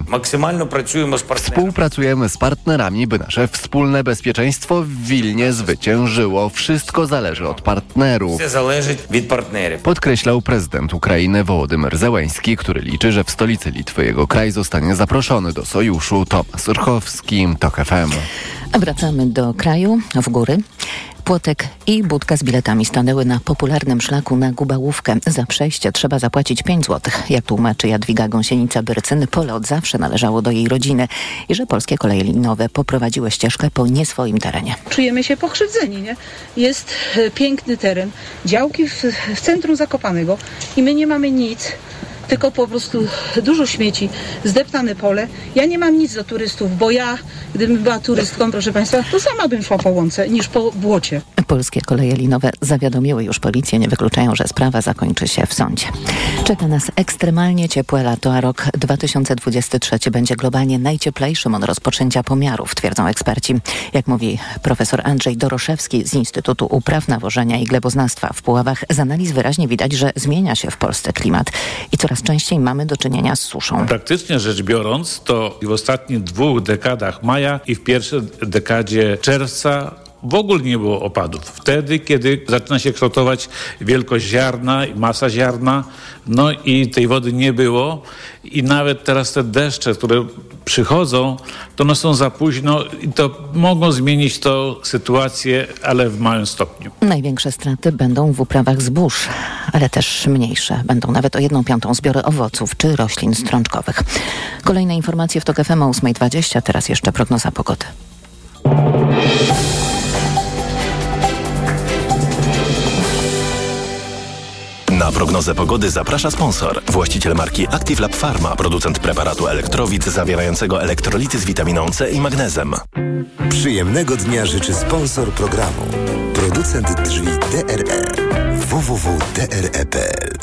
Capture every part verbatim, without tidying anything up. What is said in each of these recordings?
Maksymalnie pracujemy z partnerami. Współpracujemy z partnerami, by nasze wspólne bezpieczeństwo w Wilnie zwyciężyło. Wszystko zależy od partnerów. Все залежить від партнерів. Podkreślał prezydent Ukrainy Wołodymyr Zełenski, który liczy, że w stolicy Litwy jego kraj zostanie zaproszony do sojuszu. Tomasz Urchowski, TOK F M. A wracamy do kraju, w góry. Płotek i budka z biletami stanęły na popularnym szlaku na Gubałówkę. Za przejście trzeba zapłacić pięć złotych. Jak tłumaczy Jadwiga Gąsienica-Byrcyn, pole od zawsze należało do jej rodziny i że polskie koleje linowe poprowadziły ścieżkę po nie swoim terenie. Czujemy się pokrzywdzeni, nie? Jest piękny teren, działki w, w centrum Zakopanego i my nie mamy nic. Tylko po prostu dużo śmieci, zdeptane pole. Ja nie mam nic do turystów, bo ja, gdybym była turystką, proszę Państwa, to sama bym szła po łące niż po błocie. Polskie koleje linowe zawiadomiły już policję, nie wykluczają, że sprawa zakończy się w sądzie. Czeka nas ekstremalnie ciepłe lato, a rok dwa tysiące dwudziesty trzeci będzie globalnie najcieplejszym od rozpoczęcia pomiarów, twierdzą eksperci. Jak mówi profesor Andrzej Doroszewski z Instytutu Upraw, Nawożenia i Gleboznawstwa w Puławach, z analiz wyraźnie widać, że zmienia się w Polsce klimat i coraz częściej mamy do czynienia z suszą. Praktycznie rzecz biorąc, to w ostatnich dwóch dekadach maja i w pierwszej dekadzie czerwca w ogóle nie było opadów. Wtedy, kiedy zaczyna się kształtować wielkość ziarna i masa ziarna, no i tej wody nie było i nawet teraz te deszcze, które przychodzą, to one są za późno i to mogą zmienić tą sytuację, ale w małym stopniu. Największe straty będą w uprawach zbóż, ale też mniejsze. Będą nawet o jedną piątą zbiory owoców czy roślin strączkowych. Kolejne informacje w TOK F M o ósma dwadzieścia, teraz jeszcze prognoza pogody. Na prognozę pogody zaprasza sponsor. Właściciel marki Active Lab Pharma, producent preparatu Elektrowid zawierającego elektrolity z witaminą C i magnezem. Przyjemnego dnia życzy sponsor programu. Producent drzwi D R E. w w w kropka d r e kropka p l.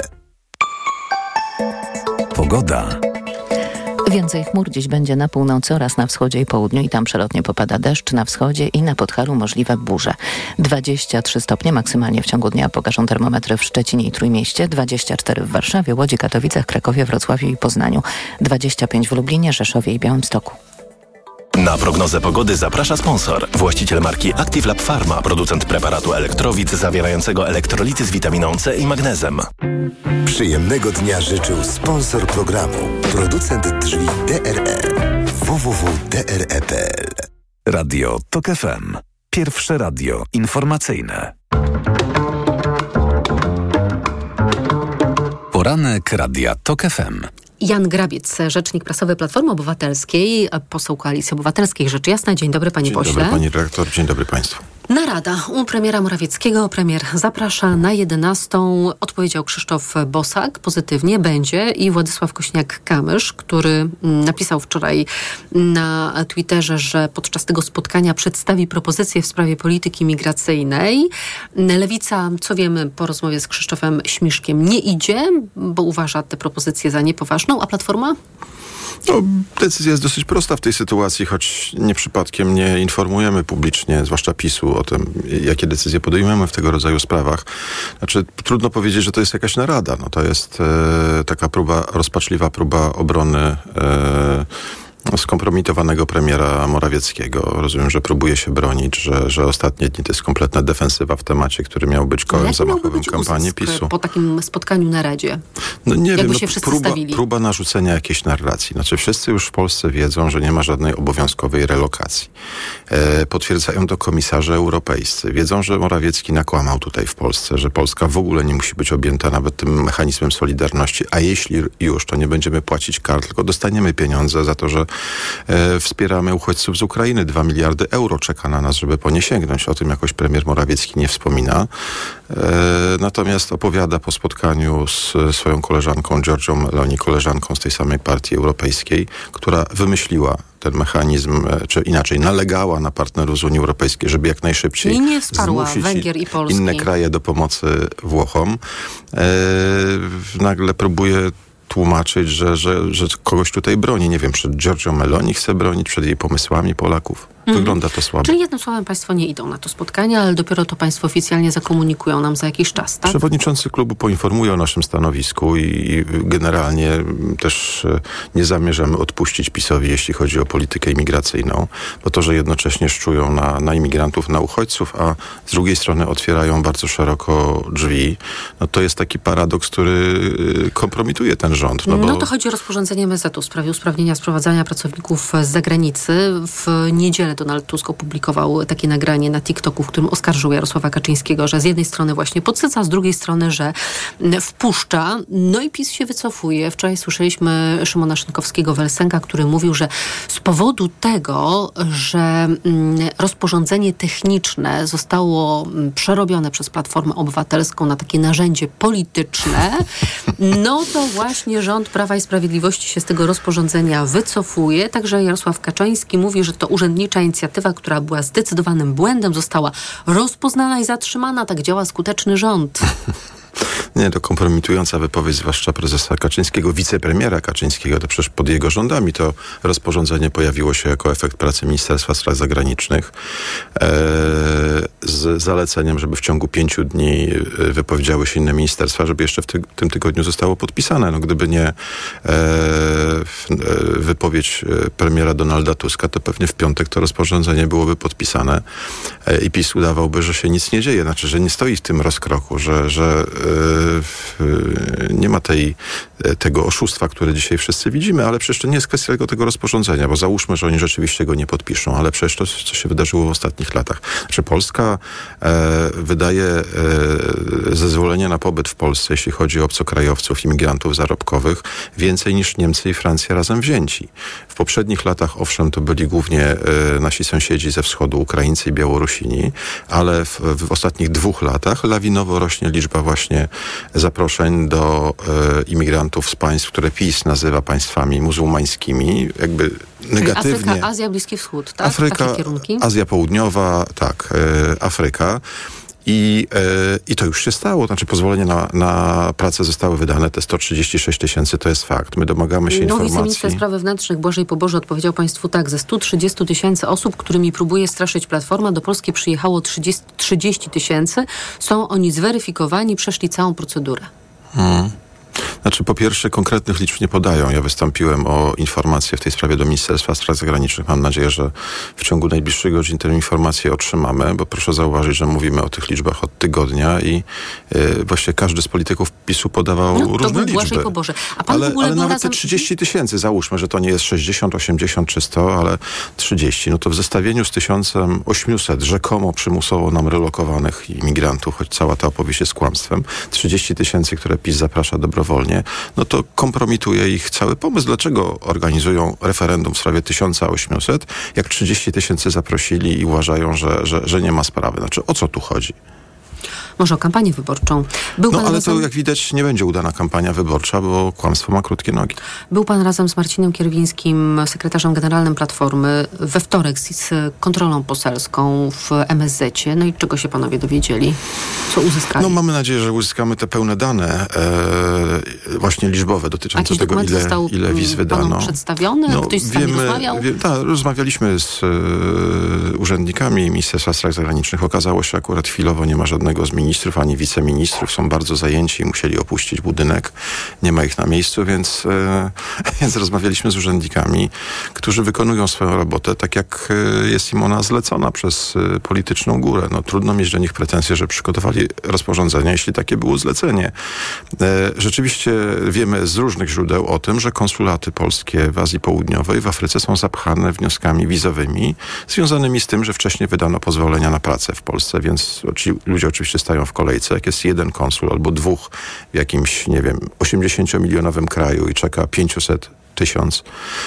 Pogoda. Więcej chmur dziś będzie na północy oraz na wschodzie i południu i tam przelotnie popada deszcz, na wschodzie i na Podhalu możliwe burze. dwadzieścia trzy stopnie maksymalnie w ciągu dnia pokażą termometry w Szczecinie i Trójmieście, dwadzieścia cztery w Warszawie, Łodzi, Katowicach, Krakowie, Wrocławiu i Poznaniu, dwadzieścia pięć w Lublinie, Rzeszowie i Białymstoku. Na prognozę pogody zaprasza sponsor. Właściciel marki Active Lab Pharma, producent preparatu Elektrowid zawierającego elektrolity z witaminą C i magnezem. Przyjemnego dnia życzył sponsor programu. Producent drzwi D R E. w w w kropka d r e kropka p l. Radio TOK F M. Pierwsze radio informacyjne. Poranek Radia TOK F M. Jan Grabiec, rzecznik prasowy Platformy Obywatelskiej, poseł Koalicji Obywatelskiej Rzecz Jasna. Dzień dobry, panie dzień pośle. Dzień dobry, pani redaktor. Dzień dobry państwu. Narada u premiera Morawieckiego. Premier zaprasza na jedenastą. Odpowiedział Krzysztof Bosak pozytywnie, będzie, i Władysław Kośniak-Kamysz, który napisał wczoraj na Twitterze, że podczas tego spotkania przedstawi propozycje w sprawie polityki migracyjnej. Lewica, co wiemy po rozmowie z Krzysztofem Śmiszkiem, nie idzie, bo uważa te propozycje za niepoważną, a Platforma? No, decyzja jest dosyć prosta w tej sytuacji, choć nie przypadkiem nie informujemy publicznie, zwłaszcza PiSu, o tym, jakie decyzje podejmujemy w tego rodzaju sprawach. Znaczy, trudno powiedzieć, że to jest jakaś narada. No, to jest e, taka próba, rozpaczliwa próba obrony e, skompromitowanego premiera Morawieckiego. Rozumiem, że próbuje się bronić, że, że ostatnie dni to jest kompletna defensywa w temacie, który miał być kołem zamachowym kampanii PiSu. Po takim spotkaniu na Radzie? No nie Jakby wiem, się no, wszyscy próba, stawili. próba narzucenia jakiejś narracji. Znaczy wszyscy już w Polsce wiedzą, że nie ma żadnej obowiązkowej relokacji. E, potwierdzają to komisarze europejscy. Wiedzą, że Morawiecki nakłamał tutaj w Polsce, że Polska w ogóle nie musi być objęta nawet tym mechanizmem solidarności, a jeśli już, to nie będziemy płacić kar, tylko dostaniemy pieniądze za to, że e, wspieramy uchodźców z Ukrainy. Dwa miliardy euro czeka na nas, żeby po nie sięgnąć. O tym jakoś premier Morawiecki nie wspomina. E, natomiast opowiada po spotkaniu z swoją koleżanką Giorgią Meloni, koleżanką z tej samej partii europejskiej, która wymyśliła ten mechanizm, czy inaczej nalegała na partnerów z Unii Europejskiej, żeby jak najszybciej I nie wsparła zmusić Węgier i Polski. inne kraje do pomocy Włochom. E, nagle próbuje tłumaczyć, że, że, że kogoś tutaj broni. Nie wiem, przed Giorgią Meloni chce bronić, przed jej pomysłami Polaków. Wygląda to słabo. Czyli jednym słowem państwo nie idą na to spotkanie, ale dopiero to państwo oficjalnie zakomunikują nam za jakiś czas, tak? Przewodniczący klubu poinformuje o naszym stanowisku i generalnie też nie zamierzamy odpuścić PiS-owi, jeśli chodzi o politykę imigracyjną, bo to, że jednocześnie szczują na, na imigrantów, na uchodźców, a z drugiej strony otwierają bardzo szeroko drzwi, no to jest taki paradoks, który kompromituje ten rząd. No, bo... no to chodzi o rozporządzenie M S Z-u w sprawie usprawnienia sprowadzania pracowników z zagranicy. W niedzielę Donald Tusk opublikował takie nagranie na TikToku, w którym oskarżył Jarosława Kaczyńskiego, że z jednej strony właśnie podsyca, z drugiej strony, że wpuszcza. No i PiS się wycofuje. Wczoraj słyszeliśmy Szymona Szynkowskiego-Welsenka, który mówił, że z powodu tego, że rozporządzenie techniczne zostało przerobione przez Platformę Obywatelską na takie narzędzie polityczne, no to właśnie rząd Prawa i Sprawiedliwości się z tego rozporządzenia wycofuje. Także Jarosław Kaczyński mówi, że to urzędnicza inicjatywa, która była zdecydowanym błędem, została rozpoznana i zatrzymana. Tak działa skuteczny rząd. Nie, to kompromitująca wypowiedź, zwłaszcza prezesa Kaczyńskiego, wicepremiera Kaczyńskiego, to przecież pod jego rządami to rozporządzenie pojawiło się jako efekt pracy Ministerstwa Spraw Zagranicznych e, z zaleceniem, żeby w ciągu pięciu dni wypowiedziały się inne ministerstwa, żeby jeszcze w ty, tym tygodniu zostało podpisane. No, gdyby nie e, wypowiedź premiera Donalda Tuska, to pewnie w piątek to rozporządzenie byłoby podpisane e, i PiS udawałby, że się nic nie dzieje, znaczy, że nie stoi w tym rozkroku, że, że nie ma tej, tego oszustwa, które dzisiaj wszyscy widzimy, ale przecież to nie jest kwestia tego, tego rozporządzenia, bo załóżmy, że oni rzeczywiście go nie podpiszą, ale przecież to, co się wydarzyło w ostatnich latach. Znaczy Polska e, wydaje e, zezwolenie na pobyt w Polsce, jeśli chodzi o obcokrajowców, imigrantów zarobkowych, więcej niż Niemcy i Francja razem wzięci. W poprzednich latach, owszem, to byli głównie e, nasi sąsiedzi ze wschodu, Ukraińcy i Białorusini, ale w, w ostatnich dwóch latach lawinowo rośnie liczba właśnie zaproszeń do e, imigrantów z państw, które PiS nazywa państwami muzułmańskimi, jakby negatywnie. Afryka, Azja, Bliski Wschód, tak? Afryka, takie kierunki? Azja Południowa, tak, e, Afryka. I, e, I to już się stało. Znaczy pozwolenia na, na pracę zostały wydane. Te sto trzydzieści sześć tysięcy to jest fakt. My domagamy się no, informacji. Wiceminister Spraw Wewnętrznych Błażej Poboże odpowiedział państwu tak. Ze stu trzydziestu tysięcy osób, którymi próbuje straszyć Platforma, do Polski przyjechało trzydzieści tysięcy. Są oni zweryfikowani, przeszli całą procedurę. Hmm. Znaczy, po pierwsze, konkretnych liczb nie podają. Ja wystąpiłem o informacje w tej sprawie do Ministerstwa Spraw Zagranicznych. Mam nadzieję, że w ciągu najbliższych godzin tę informację otrzymamy, bo proszę zauważyć, że mówimy o tych liczbach od tygodnia i yy, właśnie każdy z polityków PiSu podawał no, różne liczby. Poboże. A pan ale w ogóle ale nawet razem... te trzydzieści tysięcy, załóżmy, że to nie jest sześćdziesiąt, osiemdziesiąt czy sto, ale trzydzieści. No to w zestawieniu z tysiąc osiemset rzekomo przymusowo nam relokowanych imigrantów, choć cała ta opowieść jest kłamstwem, trzydzieści tysięcy, które PiS zaprasza dobrowolnie, no to kompromituje ich cały pomysł. Dlaczego organizują referendum w sprawie tysiąc osiemset, jak trzydzieści tysięcy zaprosili i uważają, że, że, że nie ma sprawy? Znaczy, o co tu chodzi? Może o kampanię wyborczą. Był no pan ale razem... to jak widać nie będzie udana kampania wyborcza, bo kłamstwo ma krótkie nogi. Był pan razem z Marcinem Kierwińskim, sekretarzem generalnym Platformy, we wtorek z, z kontrolą poselską w M S Z-cie. No i czego się panowie dowiedzieli? Co uzyskali? No mamy nadzieję, że uzyskamy te pełne dane e, właśnie liczbowe dotyczące Jakiś tego, ile, został ile wiz wydano. Panu przedstawiony? No, Ktoś z wami wiemy, rozmawiał? Wie, tak, rozmawialiśmy z e, urzędnikami Ministerstwa Spraw Zagranicznych. Okazało się akurat chwilowo nie ma żadnego z ministrów, ani wiceministrów. Są bardzo zajęci i musieli opuścić budynek. Nie ma ich na miejscu, więc, e, więc rozmawialiśmy z urzędnikami, którzy wykonują swoją robotę tak, jak e, jest im ona zlecona przez e, polityczną górę. No, trudno mieć do nich pretensje, że przygotowali rozporządzenia, jeśli takie było zlecenie. E, rzeczywiście wiemy z różnych źródeł o tym, że konsulaty polskie w Azji Południowej, w Afryce są zapchane wnioskami wizowymi związanymi z tym, że wcześniej wydano pozwolenia na pracę w Polsce, więc ci ludzie oczywiście stają w kolejce. Jak jest jeden konsul albo dwóch w jakimś, nie wiem, osiemdziesięciomilionowym kraju i czeka pięćset tysiąc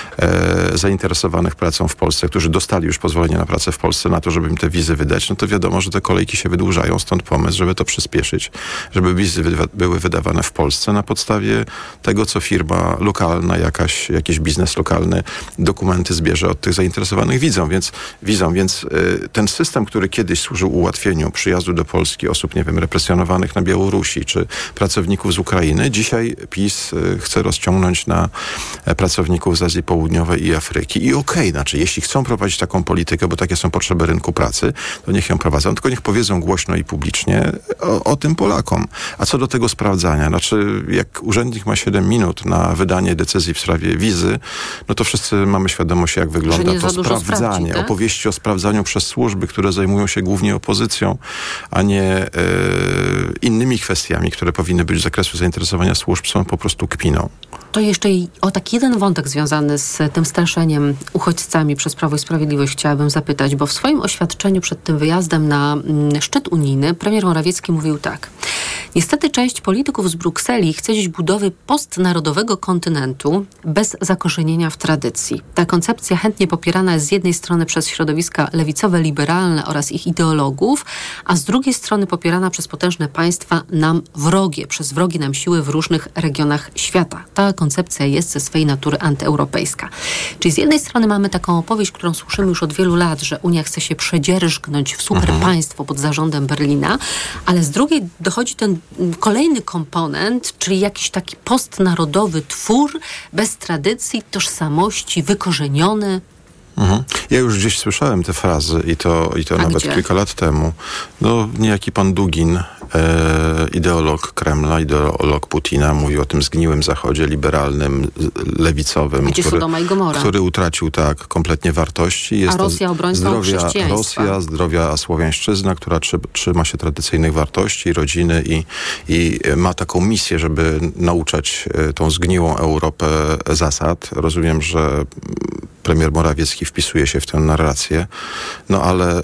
e, zainteresowanych pracą w Polsce, którzy dostali już pozwolenie na pracę w Polsce, na to, żeby im te wizy wydać, no to wiadomo, że te kolejki się wydłużają, stąd pomysł, żeby to przyspieszyć, żeby wizy wyda- były wydawane w Polsce na podstawie tego, co firma lokalna, jakaś, jakiś biznes lokalny dokumenty zbierze od tych zainteresowanych widzą, więc, wizą, więc y, ten system, który kiedyś służył ułatwieniu przyjazdu do Polski osób, nie wiem, represjonowanych na Białorusi, czy pracowników z Ukrainy, dzisiaj PiS y, chce rozciągnąć na pracowników z Azji Południowej i Afryki. I okej, okay, znaczy jeśli chcą prowadzić taką politykę, bo takie są potrzeby rynku pracy, to niech ją prowadzą, tylko niech powiedzą głośno i publicznie o, o tym Polakom. A co do tego sprawdzania, znaczy jak urzędnik ma siedem minut na wydanie decyzji w sprawie wizy, no to wszyscy mamy świadomość, jak wygląda to sprawdzanie. Sprawdzi, tak? Opowieści o sprawdzaniu przez służby, które zajmują się głównie opozycją, a nie e, innymi kwestiami, które powinny być z zakresu zainteresowania służb, są po prostu kpiną. To jeszcze o taki jeden wątek związany z tym straszeniem uchodźcami przez Prawo i Sprawiedliwość chciałabym zapytać, bo w swoim oświadczeniu przed tym wyjazdem na mm, szczyt unijny premier Morawiecki mówił tak. Niestety część polityków z Brukseli chce dziś budowy postnarodowego kontynentu bez zakorzenienia w tradycji. Ta koncepcja chętnie popierana jest z jednej strony przez środowiska lewicowe, liberalne oraz ich ideologów, a z drugiej strony popierana przez potężne państwa nam wrogie, przez wrogie nam siły w różnych regionach świata. Ta koncepcja jest ze swej natury antyeuropejska. Czyli z jednej strony mamy taką opowieść, którą słyszymy już od wielu lat, że Unia chce się przedzierżgnąć w superpaństwo pod zarządem Berlina, ale z drugiej dochodzi ten kolejny komponent, czyli jakiś taki postnarodowy twór bez tradycji, tożsamości, wykorzeniony. Mhm. Ja już gdzieś słyszałem te frazy i to, i to nawet gdzie? kilka lat temu. No, niejaki pan Dugin, e, ideolog Kremla, ideolog Putina, mówił o tym zgniłym Zachodzie liberalnym, lewicowym, gdzie który, Sodoma i Gomora. który utracił tak kompletnie wartości. Jest A Rosja obrońcą zdrowia, chrześcijaństwa. Rosja, zdrowia słowiańszczyzna, która trzy, trzyma się tradycyjnych wartości, rodziny i, i ma taką misję, żeby nauczać tą zgniłą Europę zasad. Rozumiem, że premier Morawiecki wpisuje się w tę narrację, no ale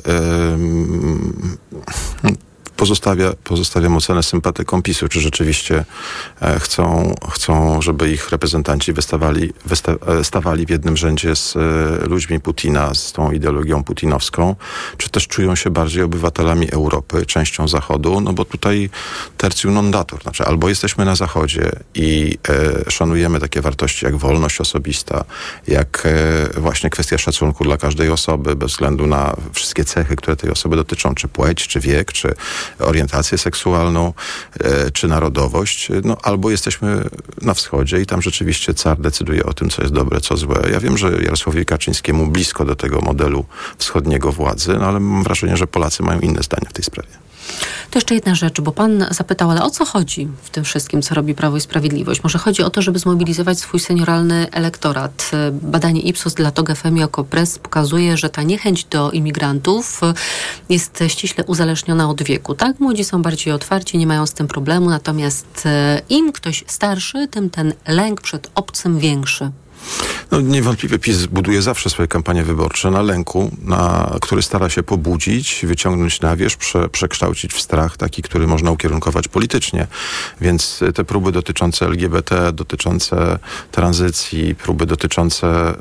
yy, pozostawia, pozostawiam ocenę sympatykom PiSu, czy rzeczywiście e, chcą, chcą, żeby ich reprezentanci wystawali, wysta, stawali w jednym rzędzie z e, ludźmi Putina, z tą ideologią putinowską, czy też czują się bardziej obywatelami Europy, częścią Zachodu, no bo tutaj tertium non datur, znaczy albo jesteśmy na Zachodzie i e, szanujemy takie wartości jak wolność osobista, jak e, właśnie kwestia szacunku dla każdej osoby, bez względu na wszystkie cechy, które tej osoby dotyczą, czy płeć, czy wiek, czy orientację seksualną, e, czy narodowość, no albo jesteśmy na wschodzie i tam rzeczywiście car decyduje o tym, co jest dobre, co złe. Ja wiem, że Jarosławowi Kaczyńskiemu blisko do tego modelu wschodniego władzy, no ale mam wrażenie, że Polacy mają inne zdania w tej sprawie. To jeszcze jedna rzecz, bo pan zapytał, ale o co chodzi w tym wszystkim, co robi Prawo i Sprawiedliwość? Może chodzi o to, żeby zmobilizować swój senioralny elektorat. Badanie Ipsos dla Tok F M i Okopres pokazuje, że ta niechęć do imigrantów jest ściśle uzależniona od wieku. Tak, młodzi są bardziej otwarci, nie mają z tym problemu, natomiast im ktoś starszy, tym ten lęk przed obcym większy. No, niewątpliwie PiS buduje zawsze swoje kampanie wyborcze na lęku, na, który stara się pobudzić, wyciągnąć na wierzch, prze, przekształcić w strach taki, który można ukierunkować politycznie. Więc te próby dotyczące L G B T, dotyczące tranzycji, próby dotyczące e,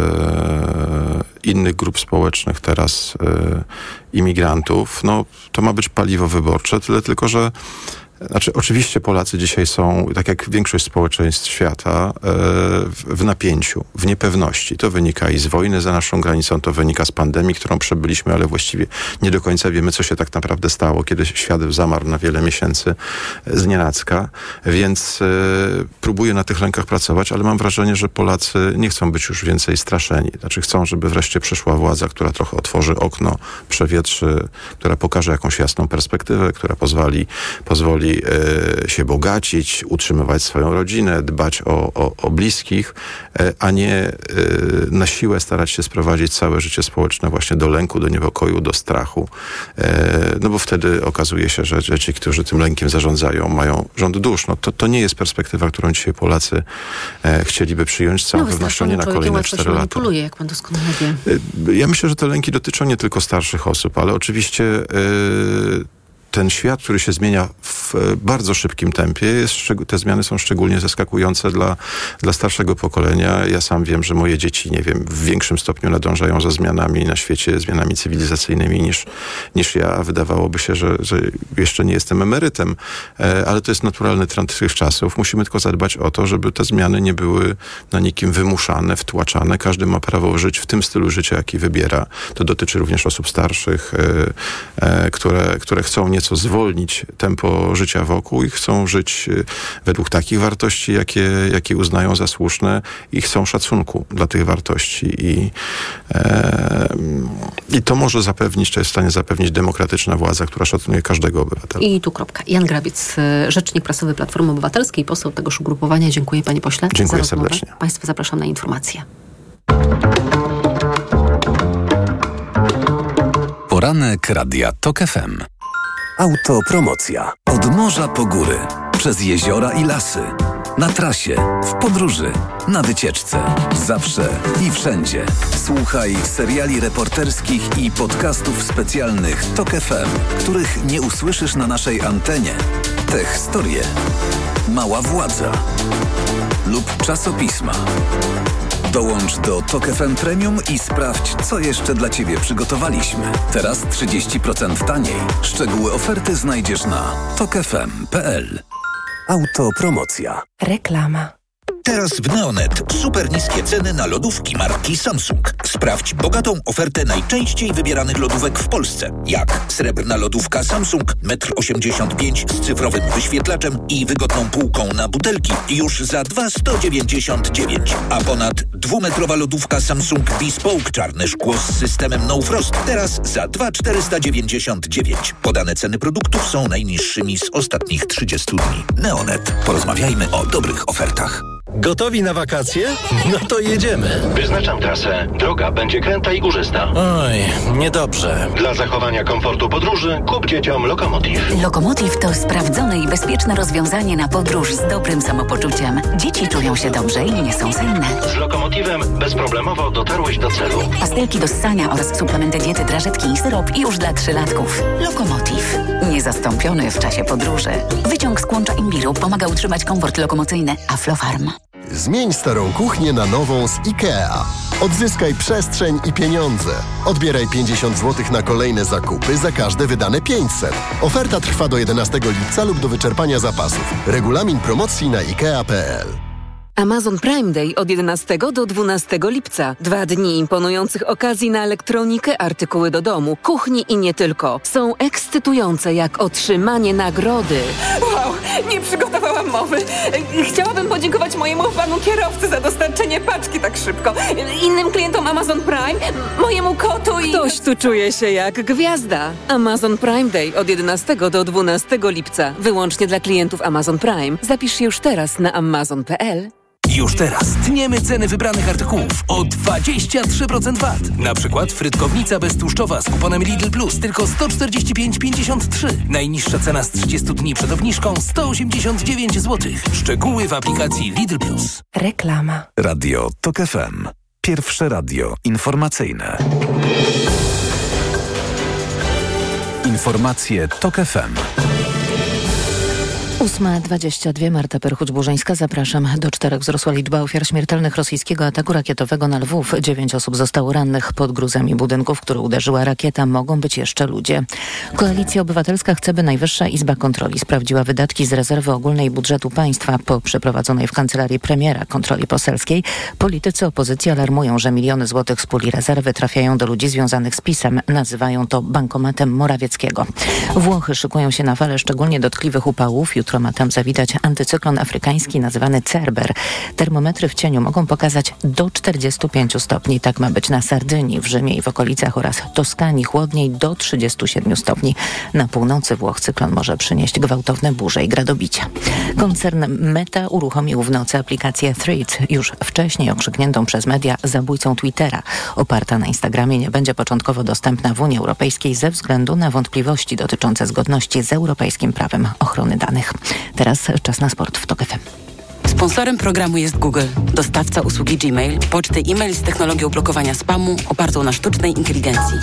innych grup społecznych, teraz e, imigrantów, no to ma być paliwo wyborcze, tyle tylko, że Znaczy, oczywiście Polacy dzisiaj są, tak jak większość społeczeństw świata, w napięciu, w niepewności. To wynika i z wojny za naszą granicą, to wynika z pandemii, którą przebyliśmy, ale właściwie nie do końca wiemy, co się tak naprawdę stało, kiedy świat zamarł na wiele miesięcy znienacka. Więc próbuję na tych lękach pracować, ale mam wrażenie, że Polacy nie chcą być już więcej straszeni. Znaczy chcą, żeby wreszcie przyszła władza, która trochę otworzy okno, przewietrzy, która pokaże jakąś jasną perspektywę, która pozwoli, pozwoli się bogacić, utrzymywać swoją rodzinę, dbać o, o, o bliskich, a nie na siłę starać się sprowadzić całe życie społeczne właśnie do lęku, do niepokoju, do strachu. No bo wtedy okazuje się, że, że ci, którzy tym lękiem zarządzają, mają rząd dusz. No to, to nie jest perspektywa, którą dzisiaj Polacy chcieliby przyjąć, z całą no, pewnością nie na kolejne cztery lata. Manipuluje, jak pan doskonale wie. Ja myślę, że te lęki dotyczą nie tylko starszych osób, ale oczywiście yy, ten świat, który się zmienia w bardzo szybkim tempie, jest, te zmiany są szczególnie zaskakujące dla, dla starszego pokolenia. Ja sam wiem, że moje dzieci, nie wiem, w większym stopniu nadążają za zmianami na świecie, zmianami cywilizacyjnymi niż, niż ja. Wydawałoby się, że, że jeszcze nie jestem emerytem, ale to jest naturalny trend tych czasów. Musimy tylko zadbać o to, żeby te zmiany nie były na nikim wymuszane, wtłaczane. Każdy ma prawo żyć w tym stylu życia, jaki wybiera. To dotyczy również osób starszych, które, które chcą nie nieco zwolnić tempo życia wokół i chcą żyć według takich wartości, jakie, jakie uznają za słuszne i chcą szacunku dla tych wartości. I, e, i to może zapewnić, to jest w stanie zapewnić demokratyczna władza, która szacunuje każdego obywatela. I tu kropka. Jan Grabiec, rzecznik prasowy Platformy Obywatelskiej, poseł tegoż ugrupowania. Dziękuję, panie pośle. Dziękuję serdecznie. Państwa zapraszam na informacje. Poranek Radia Tok F M. Autopromocja. Od morza po góry, przez jeziora i lasy. Na trasie, w podróży, na wycieczce. Zawsze i wszędzie. Słuchaj seriali reporterskich i podcastów specjalnych Tok F M, których nie usłyszysz na naszej antenie. Te historie. Mała władza. Lub czasopisma. Dołącz do Tok F M Premium i sprawdź, co jeszcze dla Ciebie przygotowaliśmy. Teraz trzydzieści procent taniej. Szczegóły oferty znajdziesz na tok f m kropka p l. Autopromocja. Reklama. Teraz w Neonet super niskie ceny na lodówki marki Samsung. Sprawdź bogatą ofertę najczęściej wybieranych lodówek w Polsce. Jak srebrna lodówka Samsung metr osiemdziesiąt pięć z cyfrowym wyświetlaczem i wygodną półką na butelki już za dwa tysiące sto dziewięćdziesiąt dziewięć. A ponad dwumetrowa lodówka Samsung Bespoke czarne szkło z systemem No Frost teraz za dwa tysiące czterysta dziewięćdziesiąt dziewięć. Podane ceny produktów są najniższymi z ostatnich trzydziestu dni. Neonet. Porozmawiajmy o dobrych ofertach. Gotowi na wakacje? No to jedziemy. Wyznaczam trasę. Droga będzie kręta i górzysta. Oj, niedobrze. Dla zachowania komfortu podróży kup dzieciom Lokomotiv. Lokomotiv to sprawdzone i bezpieczne rozwiązanie na podróż z dobrym samopoczuciem. Dzieci czują się dobrze i nie są senne. Z Lokomotivem bezproblemowo dotarłeś do celu. Pastelki do ssania oraz suplementy diety, drażetki i syrop już dla trzylatków. Lokomotiv. Niezastąpiony w czasie podróży. Wyciąg z kłącza imbiru pomaga utrzymać komfort lokomocyjny. Aflofarm. Zmień starą kuchnię na nową z IKEA. Odzyskaj przestrzeń i pieniądze. Odbieraj pięćdziesiąt złotych na kolejne zakupy za każde wydane pięćset. Oferta trwa do jedenastego lipca lub do wyczerpania zapasów. Regulamin promocji na ikea kropka p l. Amazon Prime Day od jedenastego do dwunastego lipca. Dwa dni imponujących okazji na elektronikę, artykuły do domu, kuchni i nie tylko. Są ekscytujące jak otrzymanie nagrody. Wow, nie przygotowałam mowy. Chciałabym podziękować mojemu panu kierowcy za dostarczenie paczki tak szybko. Innym klientom Amazon Prime, mojemu kotu i... Ktoś tu czuje się jak gwiazda. Amazon Prime Day od jedenastego do dwunastego lipca. Wyłącznie dla klientów Amazon Prime. Zapisz się już teraz na amazon kropka p l. Już teraz tniemy ceny wybranych artykułów o dwadzieścia trzy procent V A T. Na przykład frytkownica beztłuszczowa z kuponem Lidl Plus tylko sto czterdzieści pięć pięćdziesiąt trzy. Najniższa cena z trzydziestu dni przed obniżką sto osiemdziesiąt dziewięć złotych. Szczegóły w aplikacji Lidl Plus. Reklama. Radio Tok F M. Pierwsze radio informacyjne. Informacje Tok F M. ósma dwadzieścia dwa, Marta Perchuć-Burzyńska. Zapraszam. Do czterech wzrosła liczba ofiar śmiertelnych rosyjskiego ataku rakietowego na Lwów. Dziewięć osób zostało rannych pod gruzami budynków, które uderzyła rakieta. Mogą być jeszcze ludzie. Koalicja Obywatelska chce, by Najwyższa Izba Kontroli sprawdziła wydatki z rezerwy ogólnej budżetu państwa. Po przeprowadzonej w kancelarii premiera kontroli poselskiej politycy opozycji alarmują, że miliony złotych z puli rezerwy trafiają do ludzi związanych z PiS-em. Nazywają to bankomatem Morawieckiego. Włochy szykują się na falę szczególnie dotkliwych upałów. Jutro ma tam zawitać antycyklon afrykański nazywany Cerber. Termometry w cieniu mogą pokazać do czterdziestu pięciu stopni. Tak ma być na Sardynii, w Rzymie i w okolicach oraz Toskanii. Chłodniej do trzydziestu siedmiu stopni. Na północy Włoch cyklon może przynieść gwałtowne burze i gradobicia. Koncern Meta uruchomił w nocy aplikację Threads, już wcześniej okrzykniętą przez media zabójcą Twittera. Oparta na Instagramie nie będzie początkowo dostępna w Unii Europejskiej ze względu na wątpliwości dotyczące zgodności z europejskim prawem ochrony danych. Teraz czas na sport w Tok F M. Sponsorem programu jest Google, dostawca usługi Gmail, poczty e-mail z technologią blokowania spamu opartą na sztucznej inteligencji.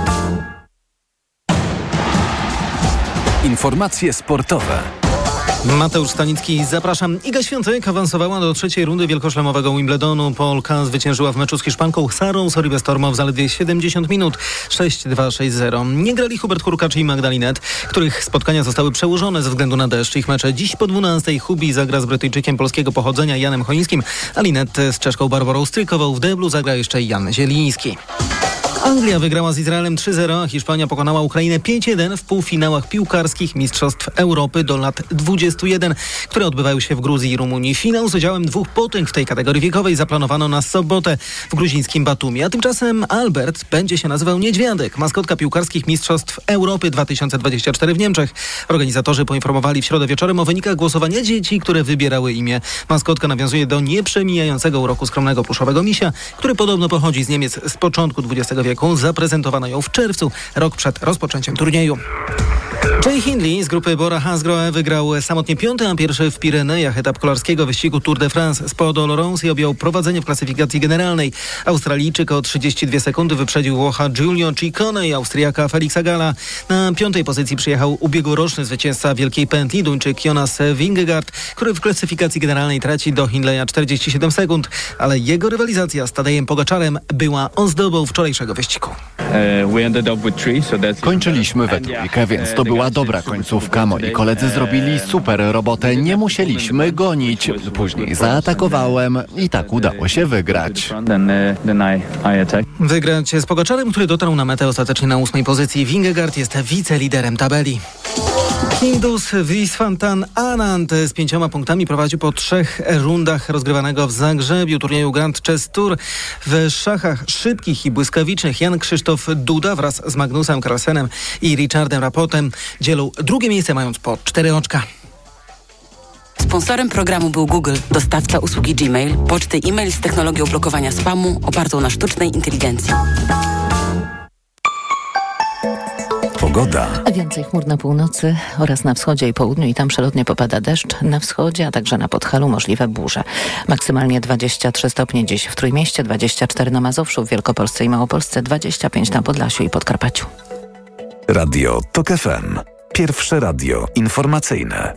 Informacje sportowe. Mateusz Stanicki, zapraszam. Iga Świątek awansowała do trzeciej rundy wielkoszlemowego Wimbledonu. Polka zwyciężyła w meczu z Hiszpanką Sarą Sorribes-Tormo w zaledwie siedemdziesiąt minut. sześć dwa, sześć zero. Nie grali Hubert Hurkacz i Magdalinet, których spotkania zostały przełożone ze względu na deszcz. Ich mecze dziś po dwunastej. Hubi zagra z Brytyjczykiem polskiego pochodzenia Janem Chojńskim, a Linet z Czeszką Barbarą Strykową. W deblu zagra jeszcze Jan Zieliński. Anglia wygrała z Izraelem trzy zero, a Hiszpania pokonała Ukrainę pięć jeden w półfinałach piłkarskich Mistrzostw Europy do lat dwudziestu jeden, które odbywają się w Gruzji i Rumunii. Finał z udziałem dwóch potęg w tej kategorii wiekowej zaplanowano na sobotę w gruzińskim Batumi. A tymczasem Albert będzie się nazywał Niedźwiadek, maskotka piłkarskich Mistrzostw Europy dwa tysiące dwudziestego czwartego w Niemczech. Organizatorzy poinformowali w środę wieczorem o wynikach głosowania dzieci, które wybierały imię. Maskotka nawiązuje do nieprzemijającego uroku skromnego pluszowego misia, który podobno pochodzi z Niemiec z początku dwudziestego wieku. Zaprezentowano ją w czerwcu, rok przed rozpoczęciem turnieju. Jay Hindley z grupy Bora Hansgrohe wygrał samotnie piąty, a pierwszy w Pirenejach etap kolarskiego wyścigu Tour de France. Spod Laurence i objął prowadzenie w klasyfikacji generalnej. Australijczyk o trzydzieści dwie sekundy wyprzedził Włocha Giulio Ciccone i Austriaka Felixa Galla. Na piątej pozycji przyjechał ubiegłoroczny zwycięzca Wielkiej Pętli, Duńczyk Jonas Vingegaard, który w klasyfikacji generalnej traci do Hindleya czterdzieści siedem sekund, ale jego rywalizacja z Tadejem Pogaczarem była ozdobą wczorajszego wyścigu. Kończyliśmy we trójkę, więc to była dobra końcówka. Moi koledzy zrobili super robotę, nie musieliśmy gonić. Później zaatakowałem i tak udało się wygrać. Wygrać z Pogaczarem, który dotarł na metę ostatecznie na ósmej pozycji. Vingegaard jest wiceliderem tabeli. Hindus Viswanathan Anand z pięcioma punktami prowadził po trzech rundach rozgrywanego w Zagrzebiu turnieju Grand Chess Tour. W szachach szybkich i błyskawicznych Jan Krzysztof Duda wraz z Magnusem Carlsenem i Richardem Rapotem dzielą drugie miejsce, mając po cztery oczka. Sponsorem programu był Google, dostawca usługi Gmail, poczty e-mail z technologią blokowania spamu opartą na sztucznej inteligencji. Pogoda. Więcej chmur na północy oraz na wschodzie i południu i tam przelotnie popada deszcz. Na wschodzie, a także na Podhalu możliwe burze. Maksymalnie dwadzieścia trzy stopnie dziś w Trójmieście, dwadzieścia cztery na Mazowszu, w Wielkopolsce i Małopolsce, dwadzieścia pięć na Podlasiu i Podkarpaciu. Radio TOK F M. Pierwsze radio informacyjne.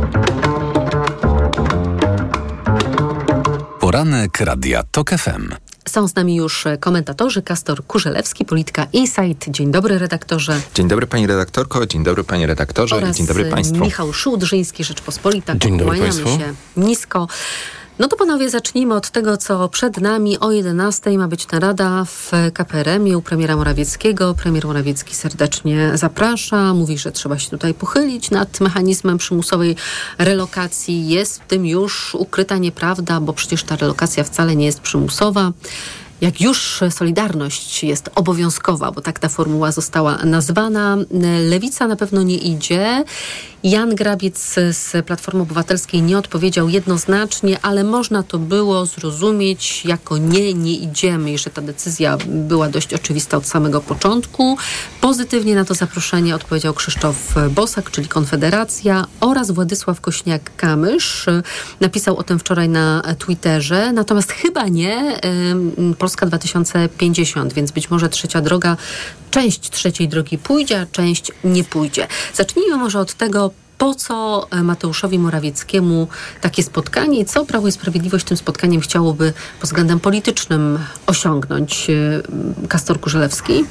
Poranek Radia TOK F M. Są z nami już komentatorzy. Kastor Kurzelewski, Polityka Insight. Dzień dobry, redaktorze. Dzień dobry, pani redaktorko. Dzień dobry, panie redaktorze. Oraz dzień dobry państwu. Michał Szułdrzyński, Rzeczpospolita. Dzień dobry Kłaniamy państwu. się nisko. No to panowie, zacznijmy od tego, co przed nami. O jedenastej ma być narada w K P R M-ie u premiera Morawieckiego. Premier Morawiecki serdecznie zaprasza. Mówi, że trzeba się tutaj pochylić nad mechanizmem przymusowej relokacji. Jest w tym już ukryta nieprawda, bo przecież ta relokacja wcale nie jest przymusowa. Jak już Solidarność jest obowiązkowa, bo tak ta formuła została nazwana, Lewica na pewno nie idzie. Jan Grabiec z Platformy Obywatelskiej nie odpowiedział jednoznacznie, ale można to było zrozumieć jako nie, nie idziemy i że ta decyzja była dość oczywista od samego początku. Pozytywnie na to zaproszenie odpowiedział Krzysztof Bosak, czyli Konfederacja, oraz Władysław Kośniak-Kamysz. Napisał o tym wczoraj na Twitterze, natomiast chyba nie Polska dwa tysiące pięćdziesiąt, więc być może Trzecia Droga, część Trzeciej Drogi pójdzie, a część nie pójdzie. Zacznijmy może od tego, po co Mateuszowi Morawieckiemu takie spotkanie i co Prawo i Sprawiedliwość tym spotkaniem chciałoby pod względem politycznym osiągnąć. Kastor Kurzelewski?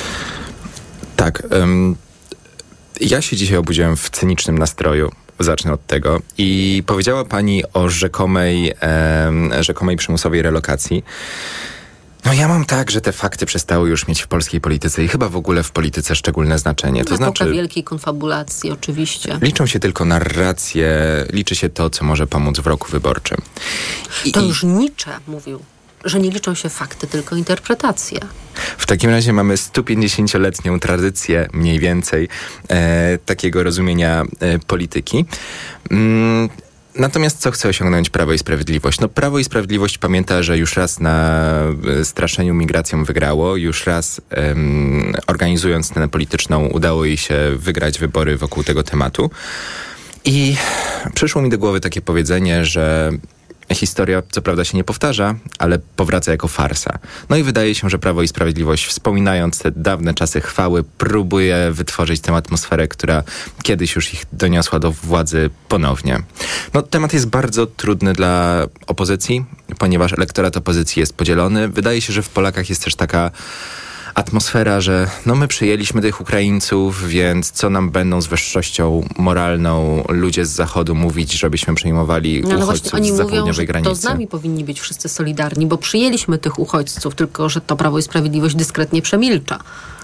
Tak. Um, ja się dzisiaj obudziłem w cynicznym nastroju. Zacznę od tego. I powiedziała pani o rzekomej, um, rzekomej przymusowej relokacji. No ja mam tak, że te fakty przestały już mieć w polskiej polityce i chyba w ogóle w polityce szczególne znaczenie. To Epoka znaczy, wielkiej konfabulacji, oczywiście. Liczą się tylko narracje, liczy się to, co może pomóc w roku wyborczym. I, to i... już Nietzsche mówił, że nie liczą się fakty, tylko interpretacja. W takim razie mamy sto pięćdziesięcioletnią tradycję mniej więcej e, takiego rozumienia e, polityki. Mm, Natomiast co chce osiągnąć Prawo i Sprawiedliwość? No Prawo i Sprawiedliwość pamięta, że już raz na straszeniu migracją wygrało, już raz um, organizując scenę polityczną udało jej się wygrać wybory wokół tego tematu. I przyszło mi do głowy takie powiedzenie, że historia co prawda się nie powtarza, ale powraca jako farsa. No i wydaje się, że Prawo i Sprawiedliwość, wspominając te dawne czasy chwały, próbuje wytworzyć tę atmosferę, która kiedyś już ich doniosła do władzy ponownie. No, temat jest bardzo trudny dla opozycji, ponieważ elektorat opozycji jest podzielony. Wydaje się, że w Polakach jest też taka atmosfera, że no my przyjęliśmy tych Ukraińców, więc co nam będą z wyższością moralną ludzie z Zachodu mówić, żebyśmy przyjmowali no, uchodźców oni z zachodniej mówią, że granicy. To z nami powinni być wszyscy solidarni, bo przyjęliśmy tych uchodźców, tylko że to Prawo i Sprawiedliwość dyskretnie przemilcza.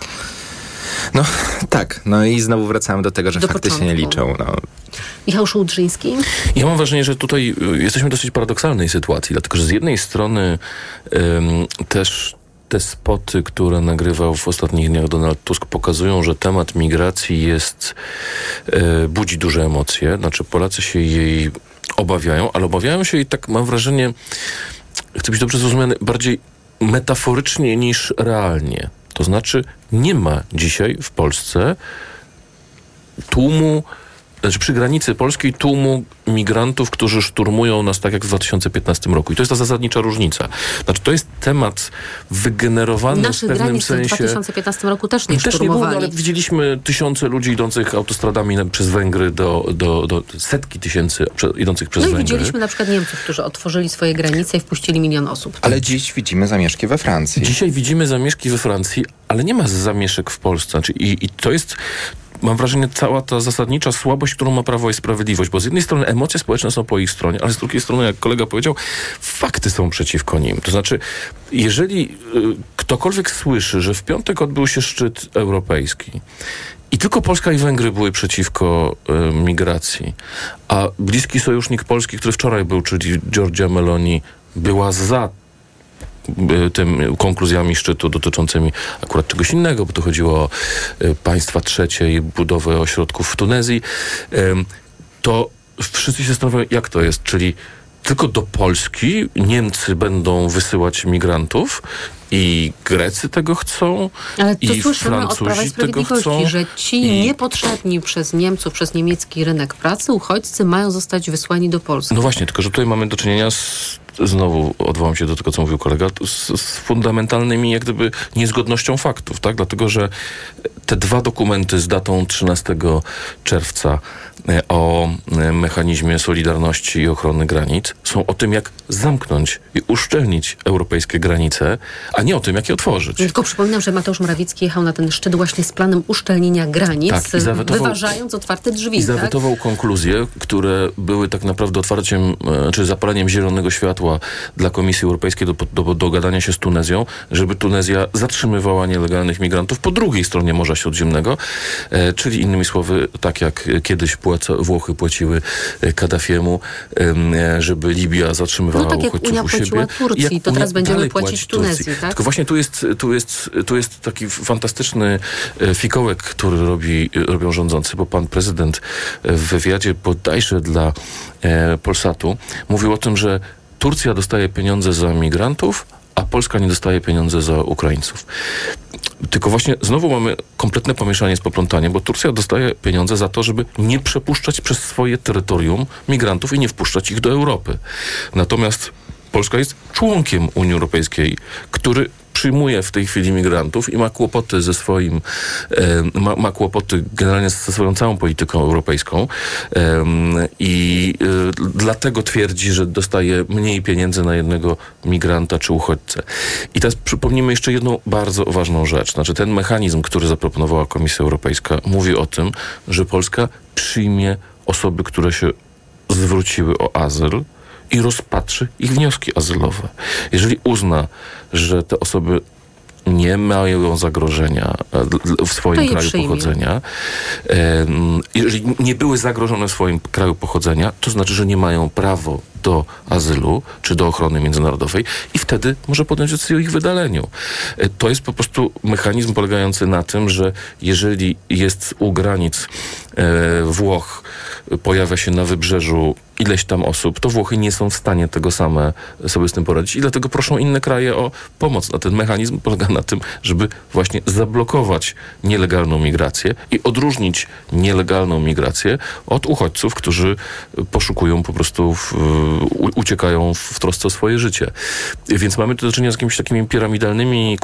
No tak, no i znowu wracamy do tego, że do fakty początku. się nie liczą. No. Michał Szułdrzyński? Ja mam wrażenie, że tutaj jesteśmy w dosyć paradoksalnej sytuacji, dlatego że z jednej strony um, też te spoty, które nagrywał w ostatnich dniach Donald Tusk, pokazują, że temat migracji jest, e, budzi duże emocje. Znaczy Polacy się jej obawiają, ale obawiają się jej, tak mam wrażenie, chcę być dobrze zrozumiany, bardziej metaforycznie niż realnie. To znaczy nie ma dzisiaj w Polsce tłumu, znaczy przy granicy polskiej tłumu migrantów, którzy szturmują nas tak jak w dwa tysiące piętnastym roku. I to jest ta zasadnicza różnica. Znaczy to jest temat wygenerowany Naszych w pewnym granic sensie... w dwa tysiące piętnastym roku też nie też szturmowali. Nie było, ale widzieliśmy tysiące ludzi idących autostradami przez Węgry do, do, do setki tysięcy prze, idących przez no Węgry. No i widzieliśmy na przykład Niemców, którzy otworzyli swoje granice i wpuścili milion osób. Ale dziś widzimy zamieszki we Francji. Dzisiaj widzimy zamieszki we Francji, ale nie ma zamieszek w Polsce. Znaczy, i, I to jest... Mam wrażenie, cała ta zasadnicza słabość, którą ma Prawo i Sprawiedliwość, bo z jednej strony emocje społeczne są po ich stronie, ale z drugiej strony, jak kolega powiedział, fakty są przeciwko nim. To znaczy, jeżeli y, ktokolwiek słyszy, że w piątek odbył się szczyt europejski i tylko Polska i Węgry były przeciwko y, migracji, a bliski sojusznik Polski, który wczoraj był, czyli Giorgia Meloni, była za tym konkluzjami szczytu dotyczącymi akurat czegoś innego, bo to chodziło o y, państwa trzecie i budowę ośrodków w Tunezji, y, to wszyscy się zastanawiają, jak to jest, czyli tylko do Polski Niemcy będą wysyłać migrantów i Grecy tego chcą, ale to i słyszymy od Francuzi Prawa i Sprawiedliwości, chcą, że ci i... niepotrzebni przez Niemców, przez niemiecki rynek pracy uchodźcy mają zostać wysłani do Polski. No właśnie, tylko że tutaj mamy do czynienia z, znowu odwołam się do tego, co mówił kolega, z, z fundamentalnymi jak gdyby niezgodnością faktów, tak? Dlatego, że te dwa dokumenty z datą trzynastego czerwca o mechanizmie solidarności i ochrony granic są o tym, jak zamknąć i uszczelnić europejskie granice, a nie o tym, jak je otworzyć. Tylko przypominam, że Mateusz Morawiecki jechał na ten szczyt właśnie z planem uszczelnienia granic, tak, zawetował, wyważając otwarte drzwi. I zawetował tak? konkluzje, które były tak naprawdę otwarciem, czy zapaleniem zielonego światła dla Komisji Europejskiej do, do dogadania się z Tunezją, żeby Tunezja zatrzymywała nielegalnych migrantów po drugiej stronie Morza Śródziemnego, e, czyli innymi słowy, tak jak kiedyś płaco, Włochy płaciły Kaddafiemu, e, żeby Libia zatrzymywała no tak uchodźców Unia u siebie. płaciła Turcji, jak to teraz będziemy płaci płacić Tunezji, tak? Tylko właśnie tu jest, tu jest, tu jest taki fantastyczny fikołek, który robi, robią rządzący, bo pan prezydent w wywiadzie bodajże dla e, Polsatu mówił o tym, że Turcja dostaje pieniądze za migrantów, a Polska nie dostaje pieniądze za Ukraińców. Tylko właśnie znowu mamy kompletne pomieszanie z poplątaniem, bo Turcja dostaje pieniądze za to, żeby nie przepuszczać przez swoje terytorium migrantów i nie wpuszczać ich do Europy. Natomiast Polska jest członkiem Unii Europejskiej, który przyjmuje w tej chwili migrantów i ma kłopoty ze swoim, e, ma, ma kłopoty generalnie ze swoją całą polityką europejską e, i e, dlatego twierdzi, że dostaje mniej pieniędzy na jednego migranta czy uchodźcę. I teraz przypomnijmy jeszcze jedną bardzo ważną rzecz. Znaczy ten mechanizm, który zaproponowała Komisja Europejska, mówi o tym, że Polska przyjmie osoby, które się zwróciły o azyl i rozpatrzy ich wnioski azylowe. Jeżeli uzna, że te osoby nie mają zagrożenia w swoim kraju przyjmie. pochodzenia, jeżeli nie były zagrożone w swoim kraju pochodzenia, to znaczy, że nie mają prawa do azylu czy do ochrony międzynarodowej i wtedy może podjąć decyzję o ich wydaleniu. To jest po prostu mechanizm polegający na tym, że jeżeli jest u granic Włoch, pojawia się na wybrzeżu ileś tam osób, to Włochy nie są w stanie tego same sobie z tym poradzić i dlatego proszą inne kraje o pomoc. A ten mechanizm polega na tym, żeby właśnie zablokować nielegalną migrację i odróżnić nielegalną migrację od uchodźców, którzy poszukują po prostu, w, u, uciekają w trosce o swoje życie. Więc mamy tu do czynienia z jakimiś takimi piramidalnymi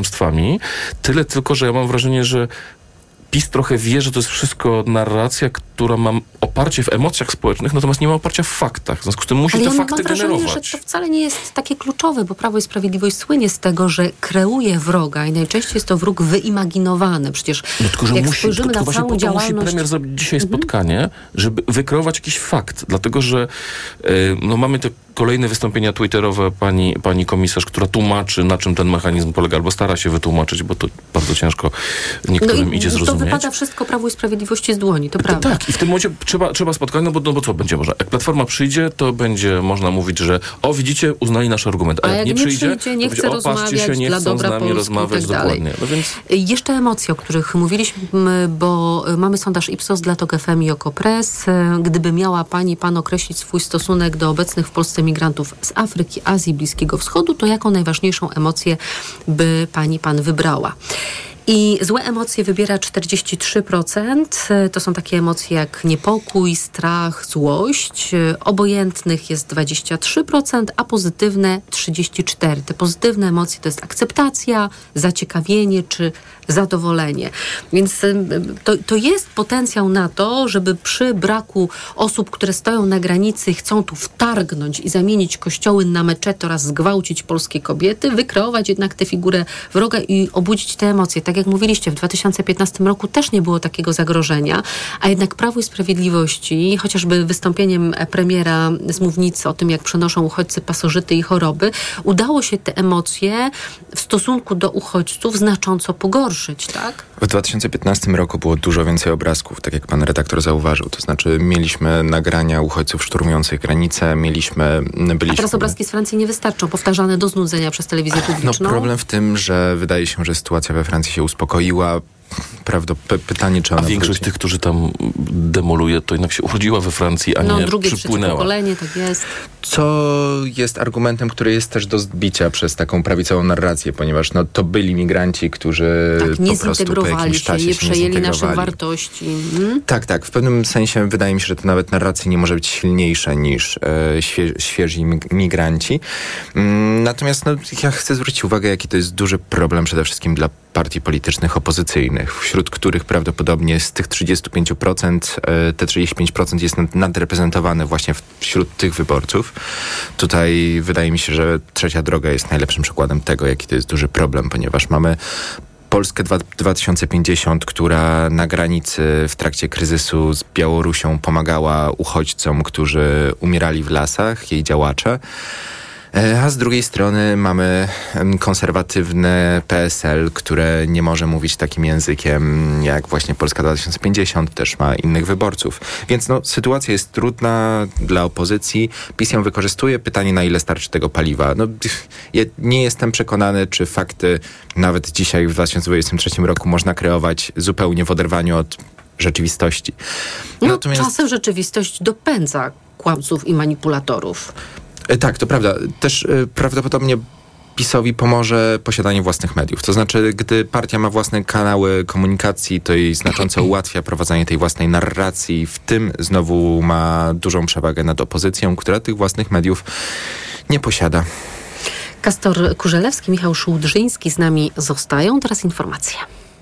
kłamstwami. Tyle tylko, że ja mam wrażenie, że PiS trochę wie, że to jest wszystko narracja, która ma oparcie w emocjach społecznych, natomiast nie ma oparcia w faktach. W związku z tym musi Ale te ja fakty mam wrażenie, generować. że to wcale nie jest takie kluczowe, bo Prawo i Sprawiedliwość słynie z tego, że kreuje wroga i najczęściej jest to wróg wyimaginowany. Przecież No, tylko, że jak musi, spojrzymy tylko na właśnie całą po to działalność... musi premier zrobić dzisiaj spotkanie, żeby wykreować jakiś fakt. Dlatego, że e, no, mamy te kolejne wystąpienia twitterowe pani, pani komisarz, która tłumaczy, na czym ten mechanizm polega, albo stara się wytłumaczyć, bo to bardzo ciężko niektórym no i idzie zrozumieć. to wypada wszystko Prawu i Sprawiedliwości z dłoni, to prawda. Tak, i w tym momencie trzeba, trzeba spotkać, no bo, no bo co będzie można? Jak Platforma przyjdzie, to będzie można mówić, że o, widzicie, uznali nasz argument, a, A jak, jak nie, nie przyjdzie, przyjdzie, nie to chce będzie, o, patrzcie rozmawiać się, nie dla chcą dobra z nami Polski rozmawiać i tak dalej. dokładnie. No więc... Jeszcze emocje, o których mówiliśmy, bo mamy sondaż Ipsos dla TOK F M i Okopres. Gdyby miała pani, pan określić swój stosunek do obecnych w Polsce migrantów z Afryki, Azji, Bliskiego Wschodu, to jaką najważniejszą emocję by pani, pan wybrała? I złe emocje wybiera czterdzieści trzy procent. To są takie emocje jak niepokój, strach, złość. Obojętnych jest dwadzieścia trzy procent, a pozytywne trzydzieści cztery procent. Te pozytywne emocje to jest akceptacja, zaciekawienie czy zadowolenie. Więc to, to jest potencjał na to, żeby przy braku osób, które stoją na granicy i chcą tu wtargnąć i zamienić kościoły na meczety oraz zgwałcić polskie kobiety, wykreować jednak tę figurę wroga i obudzić te emocje. Tak jak mówiliście, w dwa tysiące piętnastym roku też nie było takiego zagrożenia, a jednak Prawo i Sprawiedliwości, chociażby wystąpieniem premiera z mównicy o tym, jak przenoszą uchodźcy pasożyty i choroby, udało się te emocje w stosunku do uchodźców znacząco pogorszyć, tak? W dwa tysiące piętnastym roku było dużo więcej obrazków, tak jak pan redaktor zauważył. To znaczy mieliśmy nagrania uchodźców szturmujących granice, mieliśmy... Byliśmy... A teraz obrazki z Francji nie wystarczą, powtarzane do znudzenia przez telewizję publiczną. No problem w tym, że wydaje się, że sytuacja we Francji się uspokoiła. Prawda, p- pytanie, czy ona... A większość wróci. tych, którzy tam demoluje, to jednak się urodziła we Francji, a no, nie drugie, przypłynęła. trzecie pokolenie, tak jest. Co jest argumentem, który jest też do zbicia przez taką prawicową narrację, ponieważ no, to byli migranci, którzy tak, nie po prostu po jakimś się, czasie nie się przejęli nie naszych wartości. Hmm? Tak, tak. W pewnym sensie wydaje mi się, że to nawet narracja nie może być silniejsza niż e, świe, świeżi migranci. Mm, natomiast no, ja chcę zwrócić uwagę, jaki to jest duży problem przede wszystkim dla partii politycznych opozycyjnych, wśród których prawdopodobnie z tych trzydzieści pięć procent e, te trzydzieści pięć procent jest nadreprezentowane właśnie wśród tych wyborców. Tutaj wydaje mi się, że Trzecia Droga jest najlepszym przykładem tego, jaki to jest duży problem, ponieważ mamy Polskę dwa tysiące pięćdziesiąt, która na granicy w trakcie kryzysu z Białorusią pomagała uchodźcom, którzy umierali w lasach, jej działacze. A z drugiej strony mamy konserwatywne P S L, które nie może mówić takim językiem jak właśnie Polska dwa tysiące pięćdziesiąt, też ma innych wyborców. Więc no, sytuacja jest trudna dla opozycji. PiS ją wykorzystuje. Pytanie, na ile starczy tego paliwa. No, ja nie jestem przekonany, czy fakty nawet dzisiaj w dwa tysiące dwudziestym trzecim roku można kreować zupełnie w oderwaniu od rzeczywistości. No, Natomiast... czasem rzeczywistość dopędza kłamców i manipulatorów. Tak, to prawda. Też y, prawdopodobnie PiS-owi pomoże posiadanie własnych mediów. To znaczy, gdy partia ma własne kanały komunikacji, to jej znacząco ułatwia prowadzenie tej własnej narracji. W tym znowu ma dużą przewagę nad opozycją, która tych własnych mediów nie posiada. Kastor Kurzelewski, Michał Szułdrzyński z nami zostają. Teraz informacje.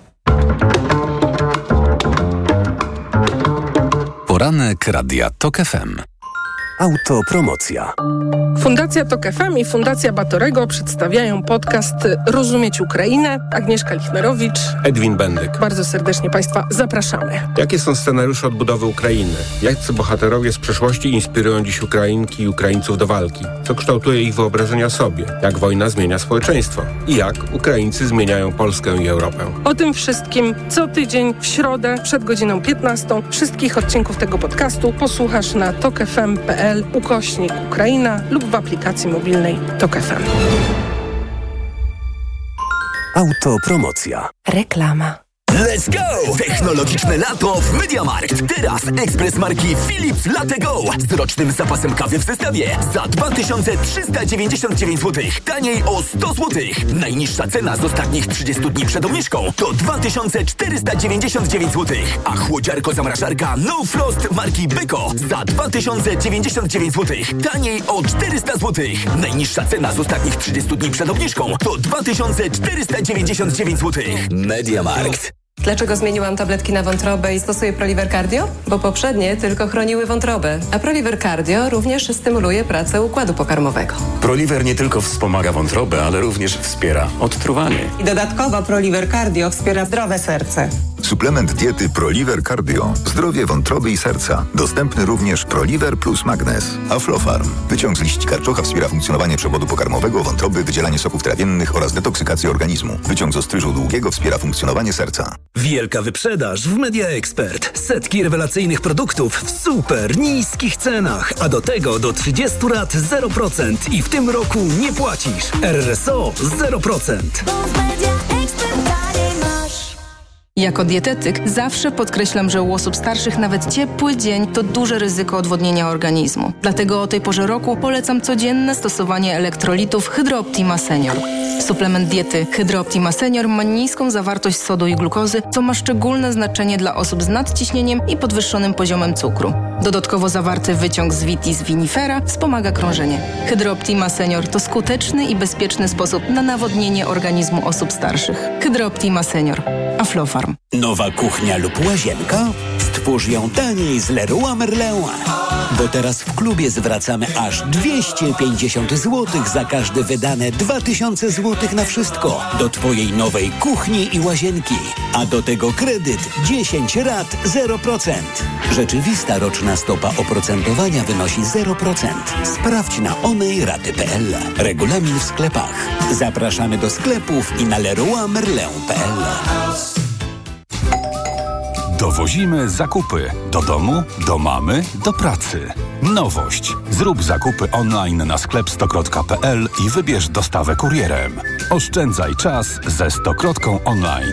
Poranek Radia TOK F M. Autopromocja. Fundacja TOK F M i Fundacja Batorego przedstawiają podcast Rozumieć Ukrainę. Agnieszka Lichnerowicz. Edwin Bendyk. Bardzo serdecznie Państwa zapraszamy. Jakie są scenariusze odbudowy Ukrainy? Jacy bohaterowie z przeszłości inspirują dziś Ukrainki i Ukraińców do walki? Co kształtuje ich wyobrażenia o sobie? Jak wojna zmienia społeczeństwo? I jak Ukraińcy zmieniają Polskę i Europę? O tym wszystkim co tydzień w środę przed godziną piętnastą. Wszystkich odcinków tego podcastu posłuchasz na tok f m kropka p l ukośnik Ukraina lub w aplikacji mobilnej TOK F M. Autopromocja. Reklama. Let's go! Technologiczne lato w MediaMarkt. Teraz ekspres marki Philips Latte Go z rocznym zapasem kawy w zestawie za dwa tysiące trzysta dziewięćdziesiąt dziewięć złotych. Taniej o sto złotych. Najniższa cena z ostatnich trzydziestu dni przed obniżką to dwa tysiące czterysta dziewięćdziesiąt dziewięć złotych. A chłodziarko-zamrażarka No Frost marki Beko za dwa tysiące dziewięćdziesiąt dziewięć złotych. Taniej o czterysta złotych. Najniższa cena z ostatnich trzydziestu dni przed obniżką to dwa tysiące czterysta dziewięćdziesiąt dziewięć złotych. MediaMarkt. Dlaczego zmieniłam tabletki na wątrobę i stosuję Proliver Cardio? Bo poprzednie tylko chroniły wątrobę, a Proliver Cardio również stymuluje pracę układu pokarmowego. Proliver nie tylko wspomaga wątrobę, ale również wspiera odtruwanie. I dodatkowo Proliver Cardio wspiera zdrowe serce. Suplement diety Proliver Cardio. Zdrowie wątroby i serca. Dostępny również Proliver plus Magnez. Aflofarm. Wyciąg z liści karczocha wspiera funkcjonowanie przewodu pokarmowego, wątroby, wydzielanie soków trawiennych oraz detoksykację organizmu. Wyciąg z ostryżu długiego wspiera funkcjonowanie serca. Wielka wyprzedaż w Media Expert. Setki rewelacyjnych produktów w super niskich cenach. A do tego do trzydziestu lat zero procent i w tym roku nie płacisz. R R S O zero procent. Jako dietetyk zawsze podkreślam, że u osób starszych nawet ciepły dzień to duże ryzyko odwodnienia organizmu. Dlatego o tej porze roku polecam codzienne stosowanie elektrolitów Hydro-Optima Senior. Suplement diety Hydro-Optima Senior ma niską zawartość sodu i glukozy, co ma szczególne znaczenie dla osób z nadciśnieniem i podwyższonym poziomem cukru. Dodatkowo zawarty wyciąg z Vitis vinifera wspomaga krążenie. Hydro-Optima Senior to skuteczny i bezpieczny sposób na nawodnienie organizmu osób starszych. Hydro-Optima Senior. Aflofarm. Nowa kuchnia lub łazienka? Stwórz ją taniej z Leroy Merlin. Bo teraz w klubie zwracamy aż dwieście pięćdziesiąt złotych za każde wydane dwa tysiące złotych na wszystko do twojej nowej kuchni i łazienki. A do tego kredyt dziesięć rat zero procent. Rzeczywista roczna stopa oprocentowania wynosi zero procent. Sprawdź na onejraty kropka p l. Regulamin w sklepach. Zapraszamy do sklepów i na leroy merlin kropka p l. Dowozimy zakupy do domu, do mamy, do pracy. Nowość. Zrób zakupy online na sklep stokrot kropka p l i wybierz dostawę kurierem. Oszczędzaj czas ze Stokrotką online.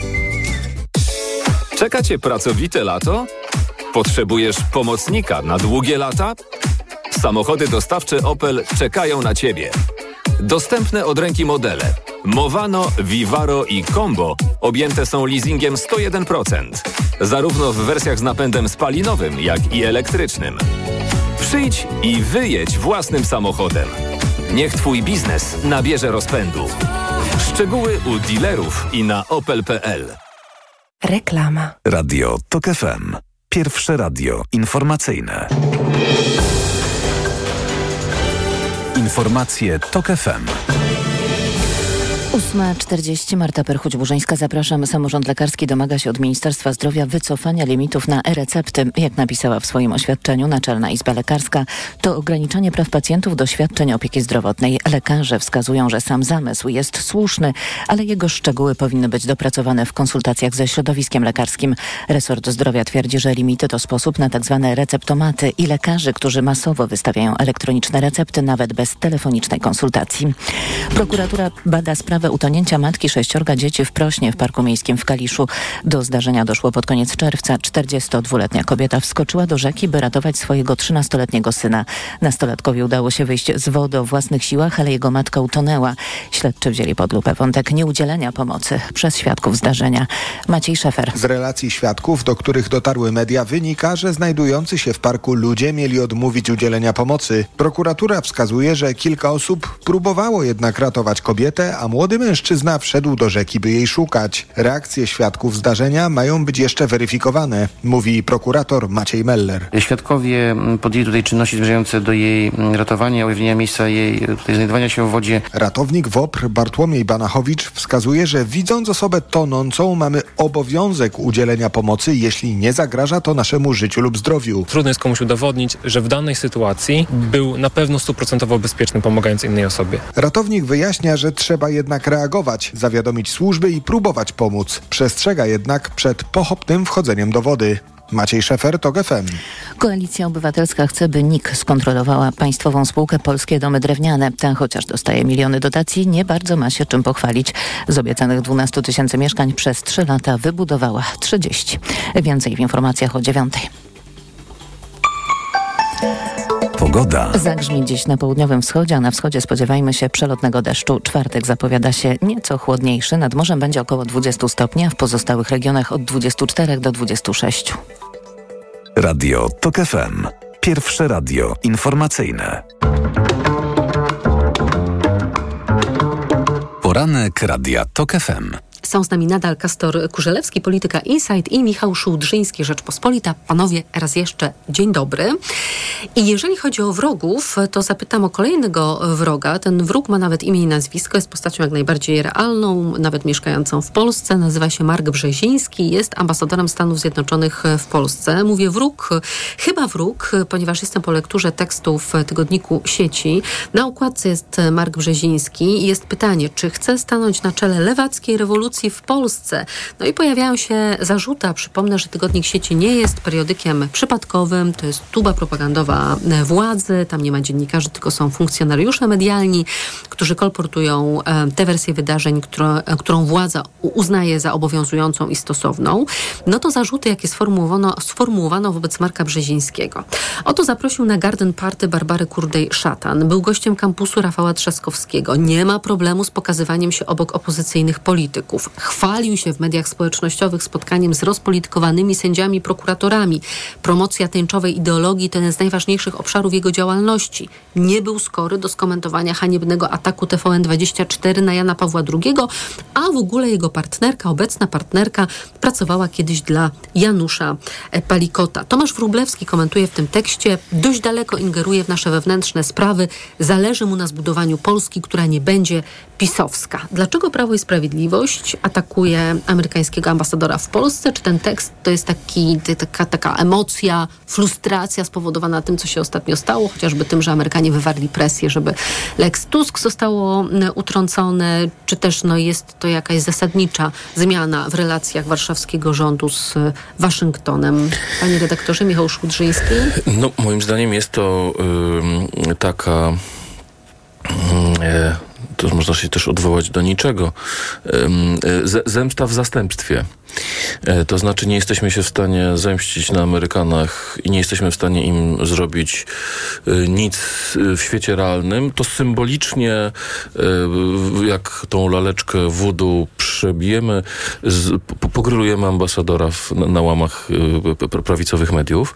Czeka Cię pracowite lato? Potrzebujesz pomocnika na długie lata? Samochody dostawcze Opel czekają na Ciebie. Dostępne od ręki modele Movano, Vivaro i Combo objęte są leasingiem sto jeden procent. Zarówno w wersjach z napędem spalinowym, jak i elektrycznym. Przyjdź i wyjedź własnym samochodem. Niech Twój biznes nabierze rozpędu. Szczegóły u dealerów i na opel kropka p l. Reklama. Radio TOK F M. Pierwsze radio informacyjne. Informacje TOK F M. ósma czterdzieści. Marta Perchuć-Burzyńska. Zapraszam. Samorząd lekarski domaga się od Ministerstwa Zdrowia wycofania limitów na e-recepty. Jak napisała w swoim oświadczeniu Naczelna Izba Lekarska, to ograniczanie praw pacjentów do świadczeń opieki zdrowotnej. Lekarze wskazują, że sam zamysł jest słuszny, ale jego szczegóły powinny być dopracowane w konsultacjach ze środowiskiem lekarskim. Resort Zdrowia twierdzi, że limity to sposób na tzw. receptomaty i lekarzy, którzy masowo wystawiają elektroniczne recepty nawet bez telefonicznej konsultacji. Prokuratura bada sprawę utonięcia matki sześciorga dzieci w Prośnie w Parku Miejskim w Kaliszu. Do zdarzenia doszło pod koniec czerwca. czterdziestodwuletnia kobieta wskoczyła do rzeki, by ratować swojego trzynastoletniego syna. Nastolatkowi udało się wyjść z wody o własnych siłach, ale jego matka utonęła. Śledczy wzięli pod lupę wątek nieudzielenia pomocy przez świadków zdarzenia. Maciej Szefer. Z relacji świadków, do których dotarły media, wynika, że znajdujący się w parku ludzie mieli odmówić udzielenia pomocy. Prokuratura wskazuje, że kilka osób próbowało jednak ratować kobietę, a młody mężczyzna wszedł do rzeki, by jej szukać. Reakcje świadków zdarzenia mają być jeszcze weryfikowane, mówi prokurator Maciej Meller. Świadkowie podjęli tutaj czynności zmierzające do jej ratowania, ujawnienia miejsca jej tutaj znajdowania się w wodzie. Ratownik WOPR Bartłomiej Banachowicz wskazuje, że widząc osobę tonącą, mamy obowiązek udzielenia pomocy, jeśli nie zagraża to naszemu życiu lub zdrowiu. Trudno jest komuś udowodnić, że w danej sytuacji był na pewno stuprocentowo bezpieczny, pomagając innej osobie. Ratownik wyjaśnia, że trzeba jednak reagować, zawiadomić służby i próbować pomóc. Przestrzega jednak przed pochopnym wchodzeniem do wody. Maciej Szefer, TOK F M. Koalicja Obywatelska chce, by N I K skontrolowała państwową spółkę Polskie Domy Drewniane. Ta, chociaż dostaje miliony dotacji, nie bardzo ma się czym pochwalić. Z obiecanych dwunastu tysięcy mieszkań przez trzy lata wybudowała trzydzieści. Więcej w informacjach o dziewiątej. Pogoda. Zagrzmi dziś na południowym wschodzie, a na wschodzie spodziewajmy się przelotnego deszczu. Czwartek zapowiada się nieco chłodniejszy. Nad morzem będzie około dwudziestu stopni, a w pozostałych regionach od dwudziestu czterech do dwudziestu sześciu. Radio TOK F M. Pierwsze radio informacyjne. Poranek Radia TOK F M. Są z nami nadal Kastor Kurzelewski, Polityka Insight i Michał Szułdrzyński, Rzeczpospolita. Panowie, raz jeszcze dzień dobry. I jeżeli chodzi o wrogów, to zapytam o kolejnego wroga. Ten wróg ma nawet imię i nazwisko, jest postacią jak najbardziej realną, nawet mieszkającą w Polsce. Nazywa się Mark Brzeziński, jest ambasadorem Stanów Zjednoczonych w Polsce. Mówię wróg, chyba wróg, ponieważ jestem po lekturze tekstu w tygodniku Sieci. Na układce jest Mark Brzeziński i jest pytanie, czy chce stanąć na czele lewackiej rewolucji w Polsce. No i pojawiają się zarzuty. Przypomnę, że tygodnik Sieci nie jest periodykiem przypadkowym. To jest tuba propagandowa władzy. Tam nie ma dziennikarzy, tylko są funkcjonariusze medialni, którzy kolportują tę wersję wydarzeń, która, którą władza uznaje za obowiązującą i stosowną. No to zarzuty, jakie sformułowano, sformułowano wobec Marka Brzezińskiego. Oto zaprosił na Garden Party Barbary Kurdej-Szatan. Był gościem kampusu Rafała Trzaskowskiego. Nie ma problemu z pokazywaniem się obok opozycyjnych polityków. Chwalił się w mediach społecznościowych spotkaniem z rozpolitykowanymi sędziami, prokuratorami. Promocja tęczowej ideologii to jeden z najważniejszych obszarów jego działalności. Nie był skory do skomentowania haniebnego ataku T V N dwadzieścia cztery na Jana Pawła drugiego, a w ogóle jego partnerka, obecna partnerka, pracowała kiedyś dla Janusza Palikota. Tomasz Wróblewski komentuje w tym tekście, dość daleko ingeruje w nasze wewnętrzne sprawy. Zależy mu na zbudowaniu Polski, która nie będzie pisowska. Dlaczego Prawo i Sprawiedliwość atakuje amerykańskiego ambasadora w Polsce? Czy ten tekst to jest taki, taka, taka emocja, frustracja spowodowana tym, co się ostatnio stało, chociażby tym, że Amerykanie wywarli presję, żeby Lex Tusk zostało utrącone, czy też no, jest to jakaś zasadnicza zmiana w relacjach warszawskiego rządu z Waszyngtonem? Panie redaktorze, Michał Szułdrzyński? No, moim zdaniem jest to yy, taka... Yy, to można się też odwołać do niczego. Zemsta w zastępstwie. To znaczy nie jesteśmy się w stanie zemścić na Amerykanach i nie jesteśmy w stanie im zrobić nic w świecie realnym. To symbolicznie, jak tą laleczkę voodoo przebijemy, pogrylujemy ambasadora w, na, na łamach prawicowych mediów.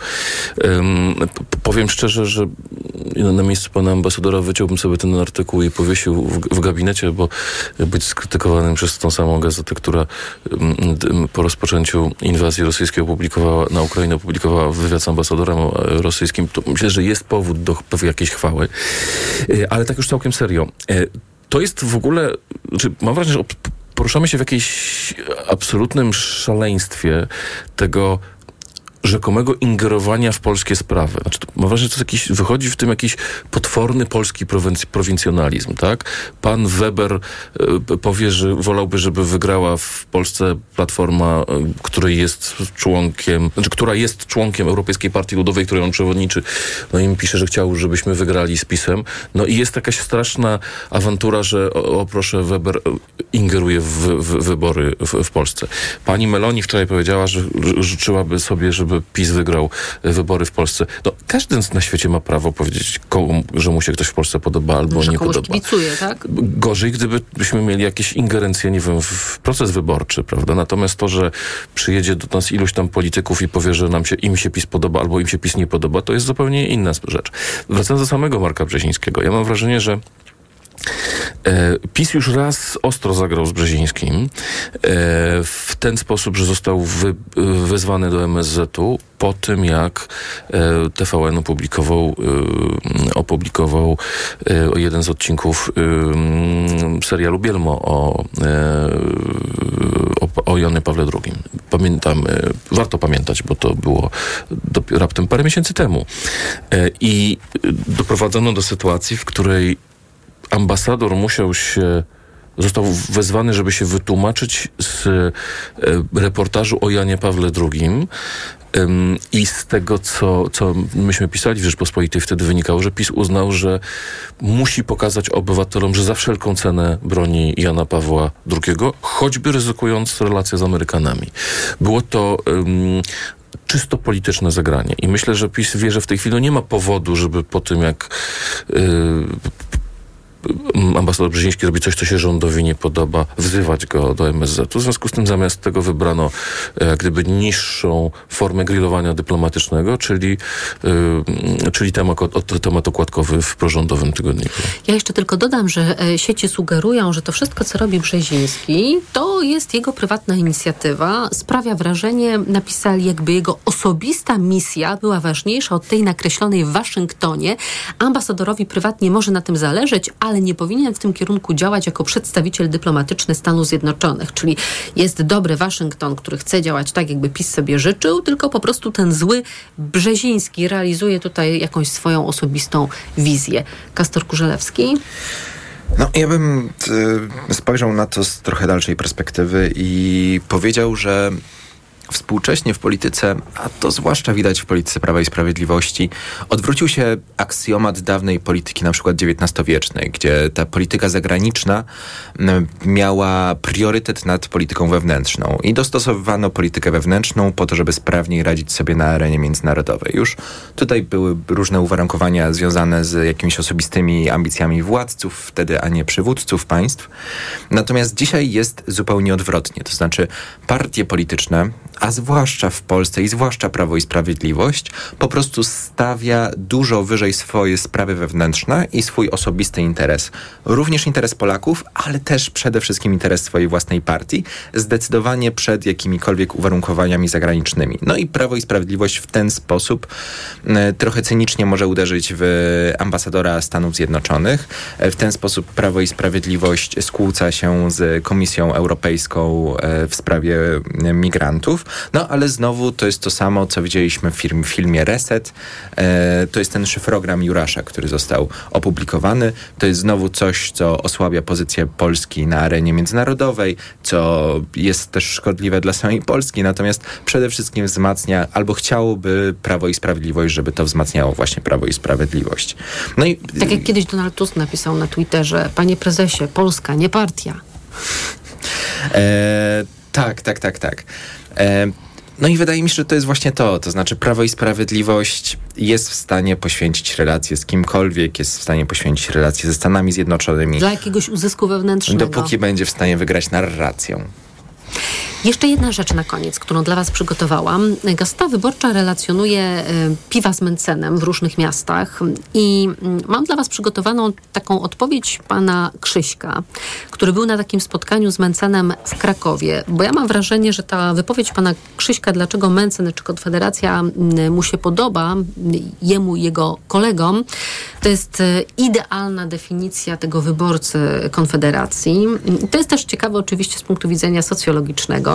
Powiem szczerze, że na miejscu pana ambasadora wyciąłbym sobie ten artykuł i powiesił w, w gabinecie, bo być skrytykowanym przez tą samą gazetę, która po rozpoczęciu inwazji rosyjskiej opublikowała, na Ukrainę opublikowała wywiad z ambasadorem rosyjskim, to myślę, że jest powód do jakiejś chwały. Ale tak już całkiem serio. To jest w ogóle, znaczy mam wrażenie, że poruszamy się w jakimś absolutnym szaleństwie tego rzekomego ingerowania w polskie sprawy. Znaczy, to, mam wrażenie, że to jest jakiś, wychodzi w tym jakiś potworny polski prowinc- prowincjonalizm, tak? Pan Weber y, powie, że wolałby, żeby wygrała w Polsce Platforma, y, której jest członkiem, znaczy, która jest członkiem Europejskiej Partii Ludowej, której on przewodniczy. No i mi pisze, że chciał, żebyśmy wygrali z PiS-em. No i jest jakaś straszna awantura, że o, o proszę, Weber y, ingeruje w, w wybory w, w Polsce. Pani Meloni wczoraj powiedziała, że, że życzyłaby sobie, żeby PiS wygrał wybory w Polsce. No, każdy na świecie ma prawo powiedzieć, komu, że mu się ktoś w Polsce podoba albo że nie podoba. Kibicuje, tak? Gorzej, gdybyśmy mieli jakieś ingerencje, nie wiem, w proces wyborczy, prawda? Natomiast to, że przyjedzie do nas iluś tam polityków i powie, że nam się, im się PiS podoba albo im się PiS nie podoba, to jest zupełnie inna rzecz. Wracając do samego Marka Brzezińskiego, ja mam wrażenie, że PiS już raz ostro zagrał z Brzezińskim w ten sposób, że został wy, wezwany do M S Z-u po tym, jak T V N opublikował, opublikował jeden z odcinków serialu Bielmo o, o, o Janie Pawle drugiim. Pamiętam, warto pamiętać, bo to było dopiero raptem parę miesięcy temu. I doprowadzono do sytuacji, w której ambasador musiał się, został wezwany, żeby się wytłumaczyć z e, reportażu o Janie Pawle drugim. Ym, I z tego, co, co myśmy pisali w Rzeczpospolitej, wtedy wynikało, że PiS uznał, że musi pokazać obywatelom, że za wszelką cenę broni Jana Pawła drugiego, choćby ryzykując relacje z Amerykanami. Było to ym, czysto polityczne zagranie. I myślę, że PiS wie, że w tej chwili no nie ma powodu, żeby po tym, jak yy, ambasador Brzeziński robi coś, co się rządowi nie podoba, wzywać go do M S Z-u. W związku z tym zamiast tego wybrano jak gdyby niższą formę grillowania dyplomatycznego, czyli, yy, czyli temat, od, temat okładkowy w prorządowym tygodniku. Ja jeszcze tylko dodam, że sieci sugerują, że to wszystko, co robi Brzeziński, to jest jego prywatna inicjatywa. Sprawia wrażenie, napisali, jakby jego osobista misja była ważniejsza od tej nakreślonej w Waszyngtonie. Ambasadorowi prywatnie może na tym zależeć, ale nie powinien w tym kierunku działać jako przedstawiciel dyplomatyczny Stanów Zjednoczonych. Czyli jest dobry Waszyngton, który chce działać tak, jakby PiS sobie życzył, tylko po prostu ten zły Brzeziński realizuje tutaj jakąś swoją osobistą wizję. Kastor Kurzelewski? No, ja bym y, spojrzał na to z trochę dalszej perspektywy i powiedział, że współcześnie w polityce, a to zwłaszcza widać w polityce Prawa i Sprawiedliwości, odwrócił się aksjomat dawnej polityki, na przykład dziewiętnastowiecznej, gdzie ta polityka zagraniczna miała priorytet nad polityką wewnętrzną i dostosowywano politykę wewnętrzną po to, żeby sprawniej radzić sobie na arenie międzynarodowej. Już tutaj były różne uwarunkowania związane z jakimiś osobistymi ambicjami władców wtedy, a nie przywódców państw. Natomiast dzisiaj jest zupełnie odwrotnie. To znaczy partie polityczne, a zwłaszcza w Polsce i zwłaszcza Prawo i Sprawiedliwość, po prostu stawia dużo wyżej swoje sprawy wewnętrzne i swój osobisty interes. Również interes Polaków, ale też przede wszystkim interes swojej własnej partii, zdecydowanie przed jakimikolwiek uwarunkowaniami zagranicznymi. No i Prawo i Sprawiedliwość w ten sposób e, trochę cynicznie może uderzyć w ambasadora Stanów Zjednoczonych. E, w ten sposób Prawo i Sprawiedliwość skłóca się z Komisją Europejską e, w sprawie e, migrantów. No ale znowu to jest to samo, co widzieliśmy w film, filmie Reset. E, to jest ten szyfrogram Jurasza, który został opublikowany. To jest znowu coś, co osłabia pozycję Polski na arenie międzynarodowej, co jest też szkodliwe dla samej Polski, natomiast przede wszystkim wzmacnia, albo chciałoby Prawo i Sprawiedliwość, żeby to wzmacniało właśnie Prawo i Sprawiedliwość. No i tak jak kiedyś Donald Tusk napisał na Twitterze: panie prezesie, Polska, nie partia. E, tak, tak, tak, tak. E, No i wydaje mi się, że to jest właśnie to. To znaczy Prawo i Sprawiedliwość jest w stanie poświęcić relacje z kimkolwiek, jest w stanie poświęcić relacje ze Stanami Zjednoczonymi. Dla jakiegoś uzysku wewnętrznego. Dopóki będzie w stanie wygrać narracją. Jeszcze jedna rzecz na koniec, którą dla was przygotowałam. Gazeta Wyborcza relacjonuje piwa z Mencenem w różnych miastach i mam dla was przygotowaną taką odpowiedź pana Krzyśka, który był na takim spotkaniu z Mencenem w Krakowie, bo ja mam wrażenie, że ta wypowiedź pana Krzyśka, dlaczego Mencen czy Konfederacja mu się podoba, jemu i jego kolegom, to jest idealna definicja tego wyborcy Konfederacji. To jest też ciekawe oczywiście z punktu widzenia socjologicznego.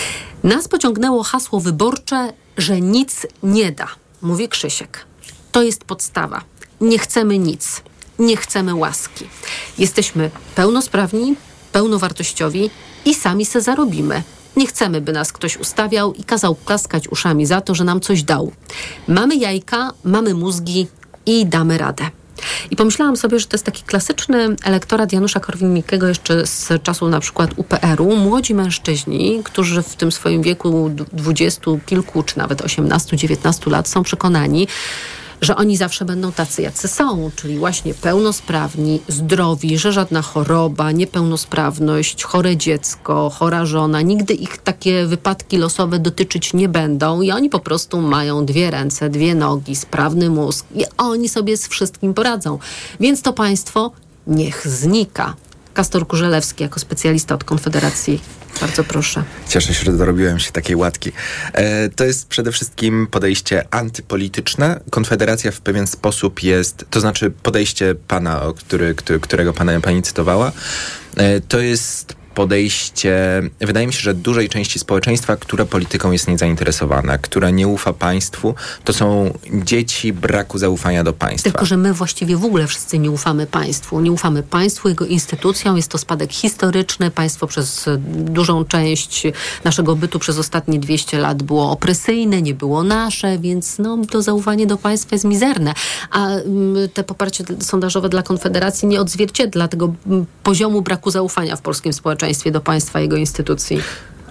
Nas pociągnęło hasło wyborcze, że nic nie da, mówi Krzysiek. To jest podstawa. Nie chcemy nic. Nie chcemy łaski. Jesteśmy pełnosprawni, pełnowartościowi i sami se zarobimy. Nie chcemy, by nas ktoś ustawiał i kazał klaskać uszami za to, że nam coś dał. Mamy jajka, mamy mózgi i damy radę. I pomyślałam sobie, że to jest taki klasyczny elektorat Janusza Korwin-Mikkego jeszcze z czasu na przykład U P R u. Młodzi mężczyźni, którzy w tym swoim wieku dwudziestu kilku, czy nawet osiemnastu, dziewiętnastu lat są przekonani, że oni zawsze będą tacy, jacy są, czyli właśnie pełnosprawni, zdrowi, że żadna choroba, niepełnosprawność, chore dziecko, chora żona, nigdy ich takie wypadki losowe dotyczyć nie będą i oni po prostu mają dwie ręce, dwie nogi, sprawny mózg i oni sobie z wszystkim poradzą. Więc to państwo niech znika. Kastor Kurzelewski jako specjalista od Konfederacji. Bardzo proszę. Cieszę się, że dorobiłem się takiej łatki. E, to jest przede wszystkim podejście antypolityczne. Konfederacja w pewien sposób jest, to znaczy podejście pana, który, który, którego pana pani cytowała, e, to jest podejście, wydaje mi się, że dużej części społeczeństwa, która polityką jest niezainteresowana, która nie ufa państwu, to są dzieci braku zaufania do państwa. Tylko, że my właściwie w ogóle wszyscy nie ufamy państwu. Nie ufamy państwu, jego instytucjom. Jest to spadek historyczny. Państwo przez dużą część naszego bytu przez ostatnie dwieście lat było opresyjne, nie było nasze, więc no, to zaufanie do państwa jest mizerne. A te poparcie sondażowe dla Konfederacji nie odzwierciedla tego poziomu braku zaufania w polskim społeczeństwie do państwa i jego instytucji.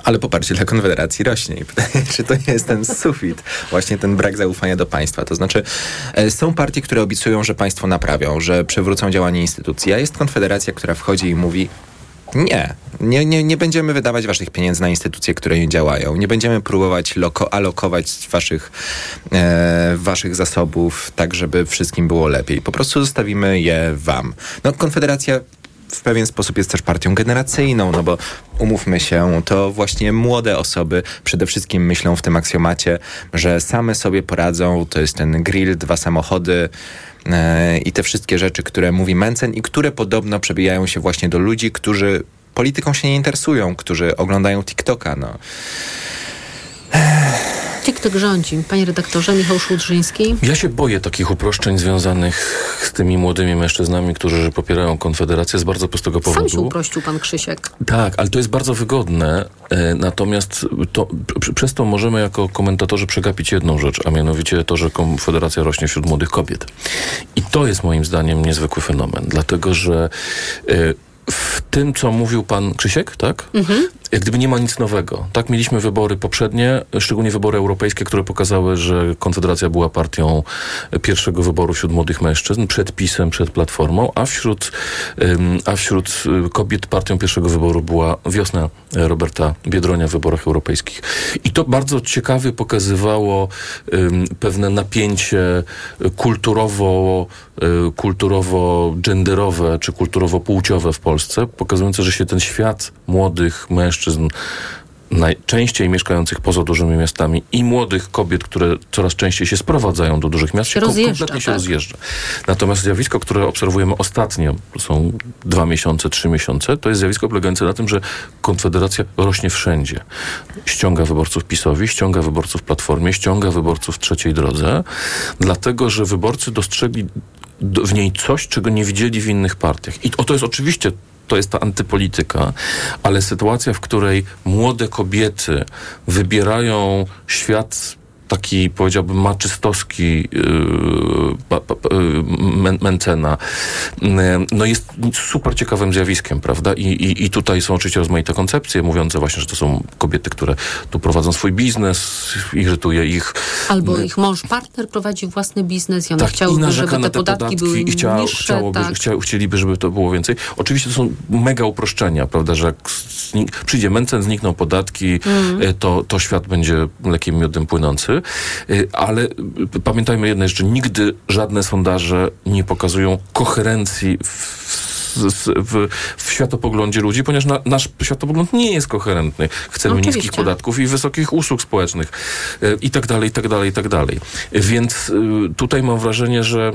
Ale poparcie dla Konfederacji rośnie i pytanie, czy to nie jest ten sufit, właśnie ten brak zaufania do państwa. To znaczy e, są partie, które obiecują, że państwo naprawią, że przywrócą działanie instytucji, a jest Konfederacja, która wchodzi i mówi: Nie, nie, nie, nie będziemy wydawać waszych pieniędzy na instytucje, które nie działają. Nie będziemy próbować loko, alokować waszych, e, waszych zasobów tak, żeby wszystkim było lepiej. Po prostu zostawimy je wam. No, Konfederacja w pewien sposób jest też partią generacyjną, no bo umówmy się, to właśnie młode osoby przede wszystkim myślą w tym aksjomacie, że same sobie poradzą. To jest ten grill, dwa samochody yy, i te wszystkie rzeczy, które mówi Mencen i które podobno przebijają się właśnie do ludzi, którzy polityką się nie interesują, którzy oglądają TikToka. No. TikTok rządzi. Panie redaktorze, Michał Szłudrzyński. Ja się boję takich uproszczeń związanych z tymi młodymi mężczyznami, którzy popierają Konfederację z bardzo prostego powodu. Sam się uprościł pan Krzysiek. Tak, ale to jest bardzo wygodne. E, natomiast to, p- przez to możemy jako komentatorzy przegapić jedną rzecz, a mianowicie to, że Konfederacja rośnie wśród młodych kobiet. I to jest moim zdaniem niezwykły fenomen, dlatego że e, w tym, co mówił pan Krzysiek, tak? Mhm. Jak gdyby nie ma nic nowego. Tak, mieliśmy wybory poprzednie, szczególnie wybory europejskie, które pokazały, że Konfederacja była partią pierwszego wyboru wśród młodych mężczyzn, przed PiS-em, przed Platformą, a wśród, um, a wśród kobiet partią pierwszego wyboru była Wiosna Roberta Biedronia w wyborach europejskich. I to bardzo ciekawie pokazywało um, pewne napięcie kulturowo, um, kulturowo-genderowe czy kulturowo-płciowe w Polsce, pokazujące, że się ten świat młodych mężczyzn, najczęściej mieszkających poza dużymi miastami i młodych kobiet, które coraz częściej się sprowadzają do dużych miast, się rozjeżdża, kompletnie się tak? rozjeżdża. Natomiast zjawisko, które obserwujemy ostatnio, to są dwa miesiące, trzy miesiące, to jest zjawisko polegające na tym, że Konfederacja rośnie wszędzie. Ściąga wyborców PiS-owi, ściąga wyborców Platformie, ściąga wyborców Trzeciej Drodze, dlatego, że wyborcy dostrzegli w niej coś, czego nie widzieli w innych partiach. I to jest oczywiście to jest ta antypolityka, ale sytuacja, w której młode kobiety wybierają świat taki, powiedziałbym, maczystowski yy, yy, Mencena, yy, no jest super ciekawym zjawiskiem, prawda? I, i, I tutaj są oczywiście rozmaite koncepcje mówiące właśnie, że to są kobiety, które tu prowadzą swój biznes, irytuje ich. Albo ich mąż, partner prowadzi własny biznes i ona tak, chciałaby, żeby te, te podatki, podatki były i chciała, niższe. Chciałoby, tak. chcia, chcieliby, żeby to było więcej. Oczywiście to są mega uproszczenia, prawda, że jak przyjdzie Mencen, znikną podatki, mm. to, to świat będzie mlekiem miodem płynący. Ale pamiętajmy jedno jeszcze, nigdy żadne sondaże nie pokazują koherencji w, w, w światopoglądzie ludzi, ponieważ na, nasz światopogląd nie jest koherentny. Chcemy no, niskich podatków i wysokich usług społecznych i tak dalej, i tak dalej, i tak dalej. Więc tutaj mam wrażenie, że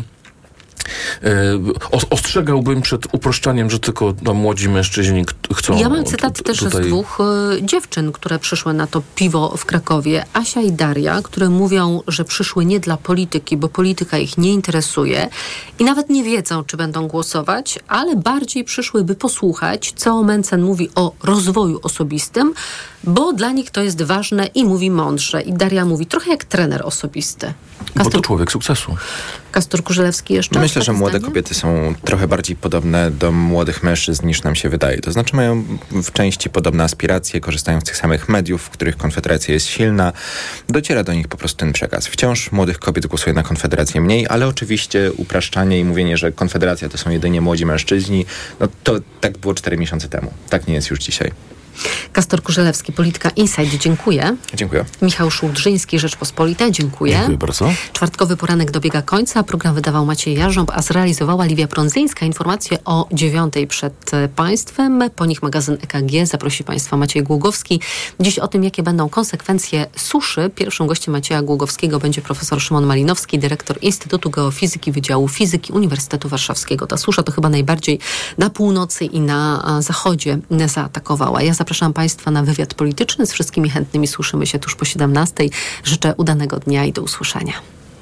ostrzegałbym przed uproszczaniem, że tylko tam młodzi mężczyźni chcą. Ja mam cytat t- też tutaj... z dwóch y, dziewczyn, które przyszły na to piwo w Krakowie. Asia i Daria, które mówią, że przyszły nie dla polityki, bo polityka ich nie interesuje i nawet nie wiedzą, czy będą głosować, ale bardziej przyszły, by posłuchać, co Mencen mówi o rozwoju osobistym, bo dla nich to jest ważne i mówi mądrze. I Daria mówi trochę jak trener osobisty. Kastor... Bo to człowiek sukcesu. Kastor Kurzelewski jeszcze? Myślę, że młode zdanie? kobiety są trochę bardziej podobne do młodych mężczyzn niż nam się wydaje. To znaczy mają w części podobne aspiracje, korzystają z tych samych mediów, w których Konfederacja jest silna. Dociera do nich po prostu ten przekaz. Wciąż młodych kobiet głosuje na Konfederację mniej, ale oczywiście upraszczanie i mówienie, że Konfederacja to są jedynie młodzi mężczyźni, no to tak było cztery miesiące temu. Tak nie jest już dzisiaj. Kastor Kurzelewski, Polityka Insight, dziękuję. Dziękuję. Michał Szłudrzyński, Rzeczpospolita, dziękuję. Dziękuję bardzo. Czwartkowy poranek dobiega końca. Program wydawał Maciej Jarząb, a zrealizowała Liwia Prądzyńska. Informacje o dziewiątej przed Państwem. Po nich magazyn E K G. Zaprosi Państwa Maciej Głogowski. Dziś o tym, jakie będą konsekwencje suszy. Pierwszym gościem Macieja Głogowskiego będzie profesor Szymon Malinowski, dyrektor Instytutu Geofizyki Wydziału Fizyki Uniwersytetu Warszawskiego. Ta susza to chyba najbardziej na północy i na zachodzie zaatakowała. Ja zapraszam Państwa na wywiad polityczny. Z wszystkimi chętnymi słyszymy się tuż po siedemnastej. Życzę udanego dnia i do usłyszenia.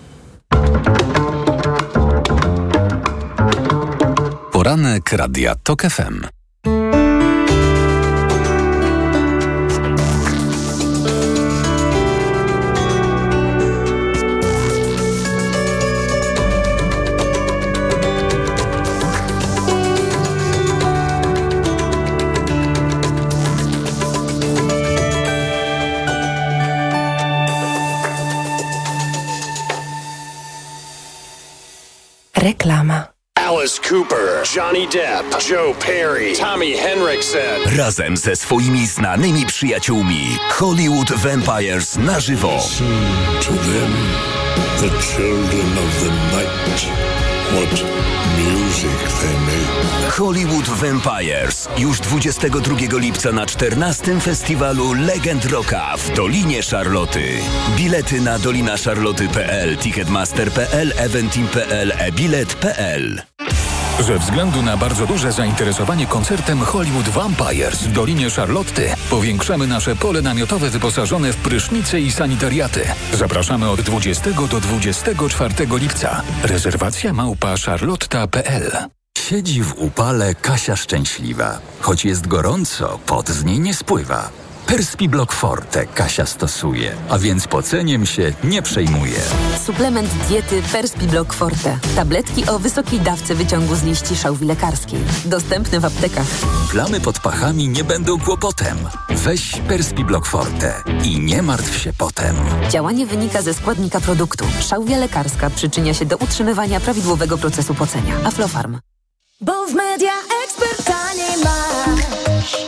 Poranek Radia Tok F M. Reklama. Alice Cooper, Johnny Depp, Joe Perry, Tommy Henriksen. Razem ze swoimi znanymi przyjaciółmi Hollywood Vampires na żywo. Listen to them, the children of the night. What music they make. Hollywood Vampires już dwudziestego drugiego lipca na czternastym festiwalu Legend Rocka w Dolinie Szarloty. Bilety na dolina szarloty kropka p l, ticketmaster kropka p l, eventim kropka p l, e-bilet kropka p l. Ze względu na bardzo duże zainteresowanie koncertem Hollywood Vampires w Dolinie Szarlotty powiększamy nasze pole namiotowe wyposażone w prysznice i sanitariaty. Zapraszamy od dwudziestego do dwudziestego czwartego lipca. Rezerwacja małpa charlotta kropka p l. Siedzi w upale Kasia szczęśliwa. Choć jest gorąco, pot z niej nie spływa. Perspiblock Forte Kasia stosuje, a więc poceniem się nie przejmuje. Suplement diety Perspiblock Forte. Tabletki o wysokiej dawce wyciągu z liści szałwi lekarskiej. Dostępne w aptekach. Plamy pod pachami nie będą kłopotem. Weź Perspiblock Forte i nie martw się potem. Działanie wynika ze składnika produktu. Szałwia lekarska przyczynia się do utrzymywania prawidłowego procesu pocenia. Aflofarm. Bo w Media Expert taniej masz.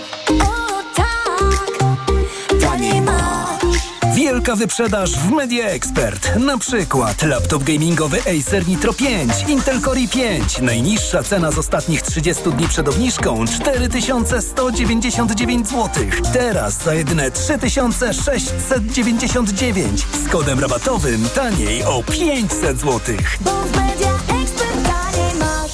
O tak, taniej masz. Wielka wyprzedaż w Media Expert. Na przykład laptop gamingowy Acer Nitro pięć, Intel Core i pięć. Najniższa cena z ostatnich trzydziestu dni przed obniżką cztery tysiące sto dziewięćdziesiąt dziewięć złotych. Teraz za jedyne trzy tysiące sześćset dziewięćdziesiąt dziewięć. Z kodem rabatowym taniej o pięćset złotych. Bo w Media Expert taniej masz.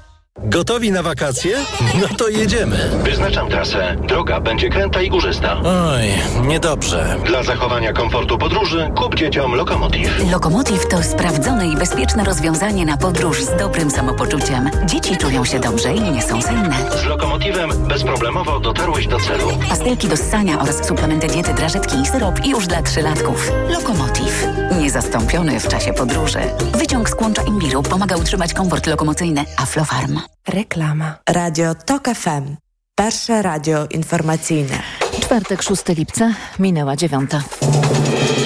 Gotowi na wakacje? No to jedziemy. Wyznaczam trasę. Droga będzie kręta i górzysta. Oj, niedobrze. Dla zachowania komfortu podróży kup dzieciom Lokomotiv. Lokomotiv to sprawdzone i bezpieczne rozwiązanie na podróż z dobrym samopoczuciem. Dzieci czują się dobrze i nie są senne. Z Lokomotivem bezproblemowo dotarłeś do celu. Pastelki do ssania oraz suplementy diety, drażetki i syrop już dla trzylatków. Lokomotiv. Niezastąpiony w czasie podróży. Wyciąg z kłącza imbiru pomaga utrzymać komfort lokomocyjny. Aflofarm. Reklama. Radio Tok F M. Pierwsze radio informacyjne. Czwartek, szóstego lipca, minęła dziewiąta.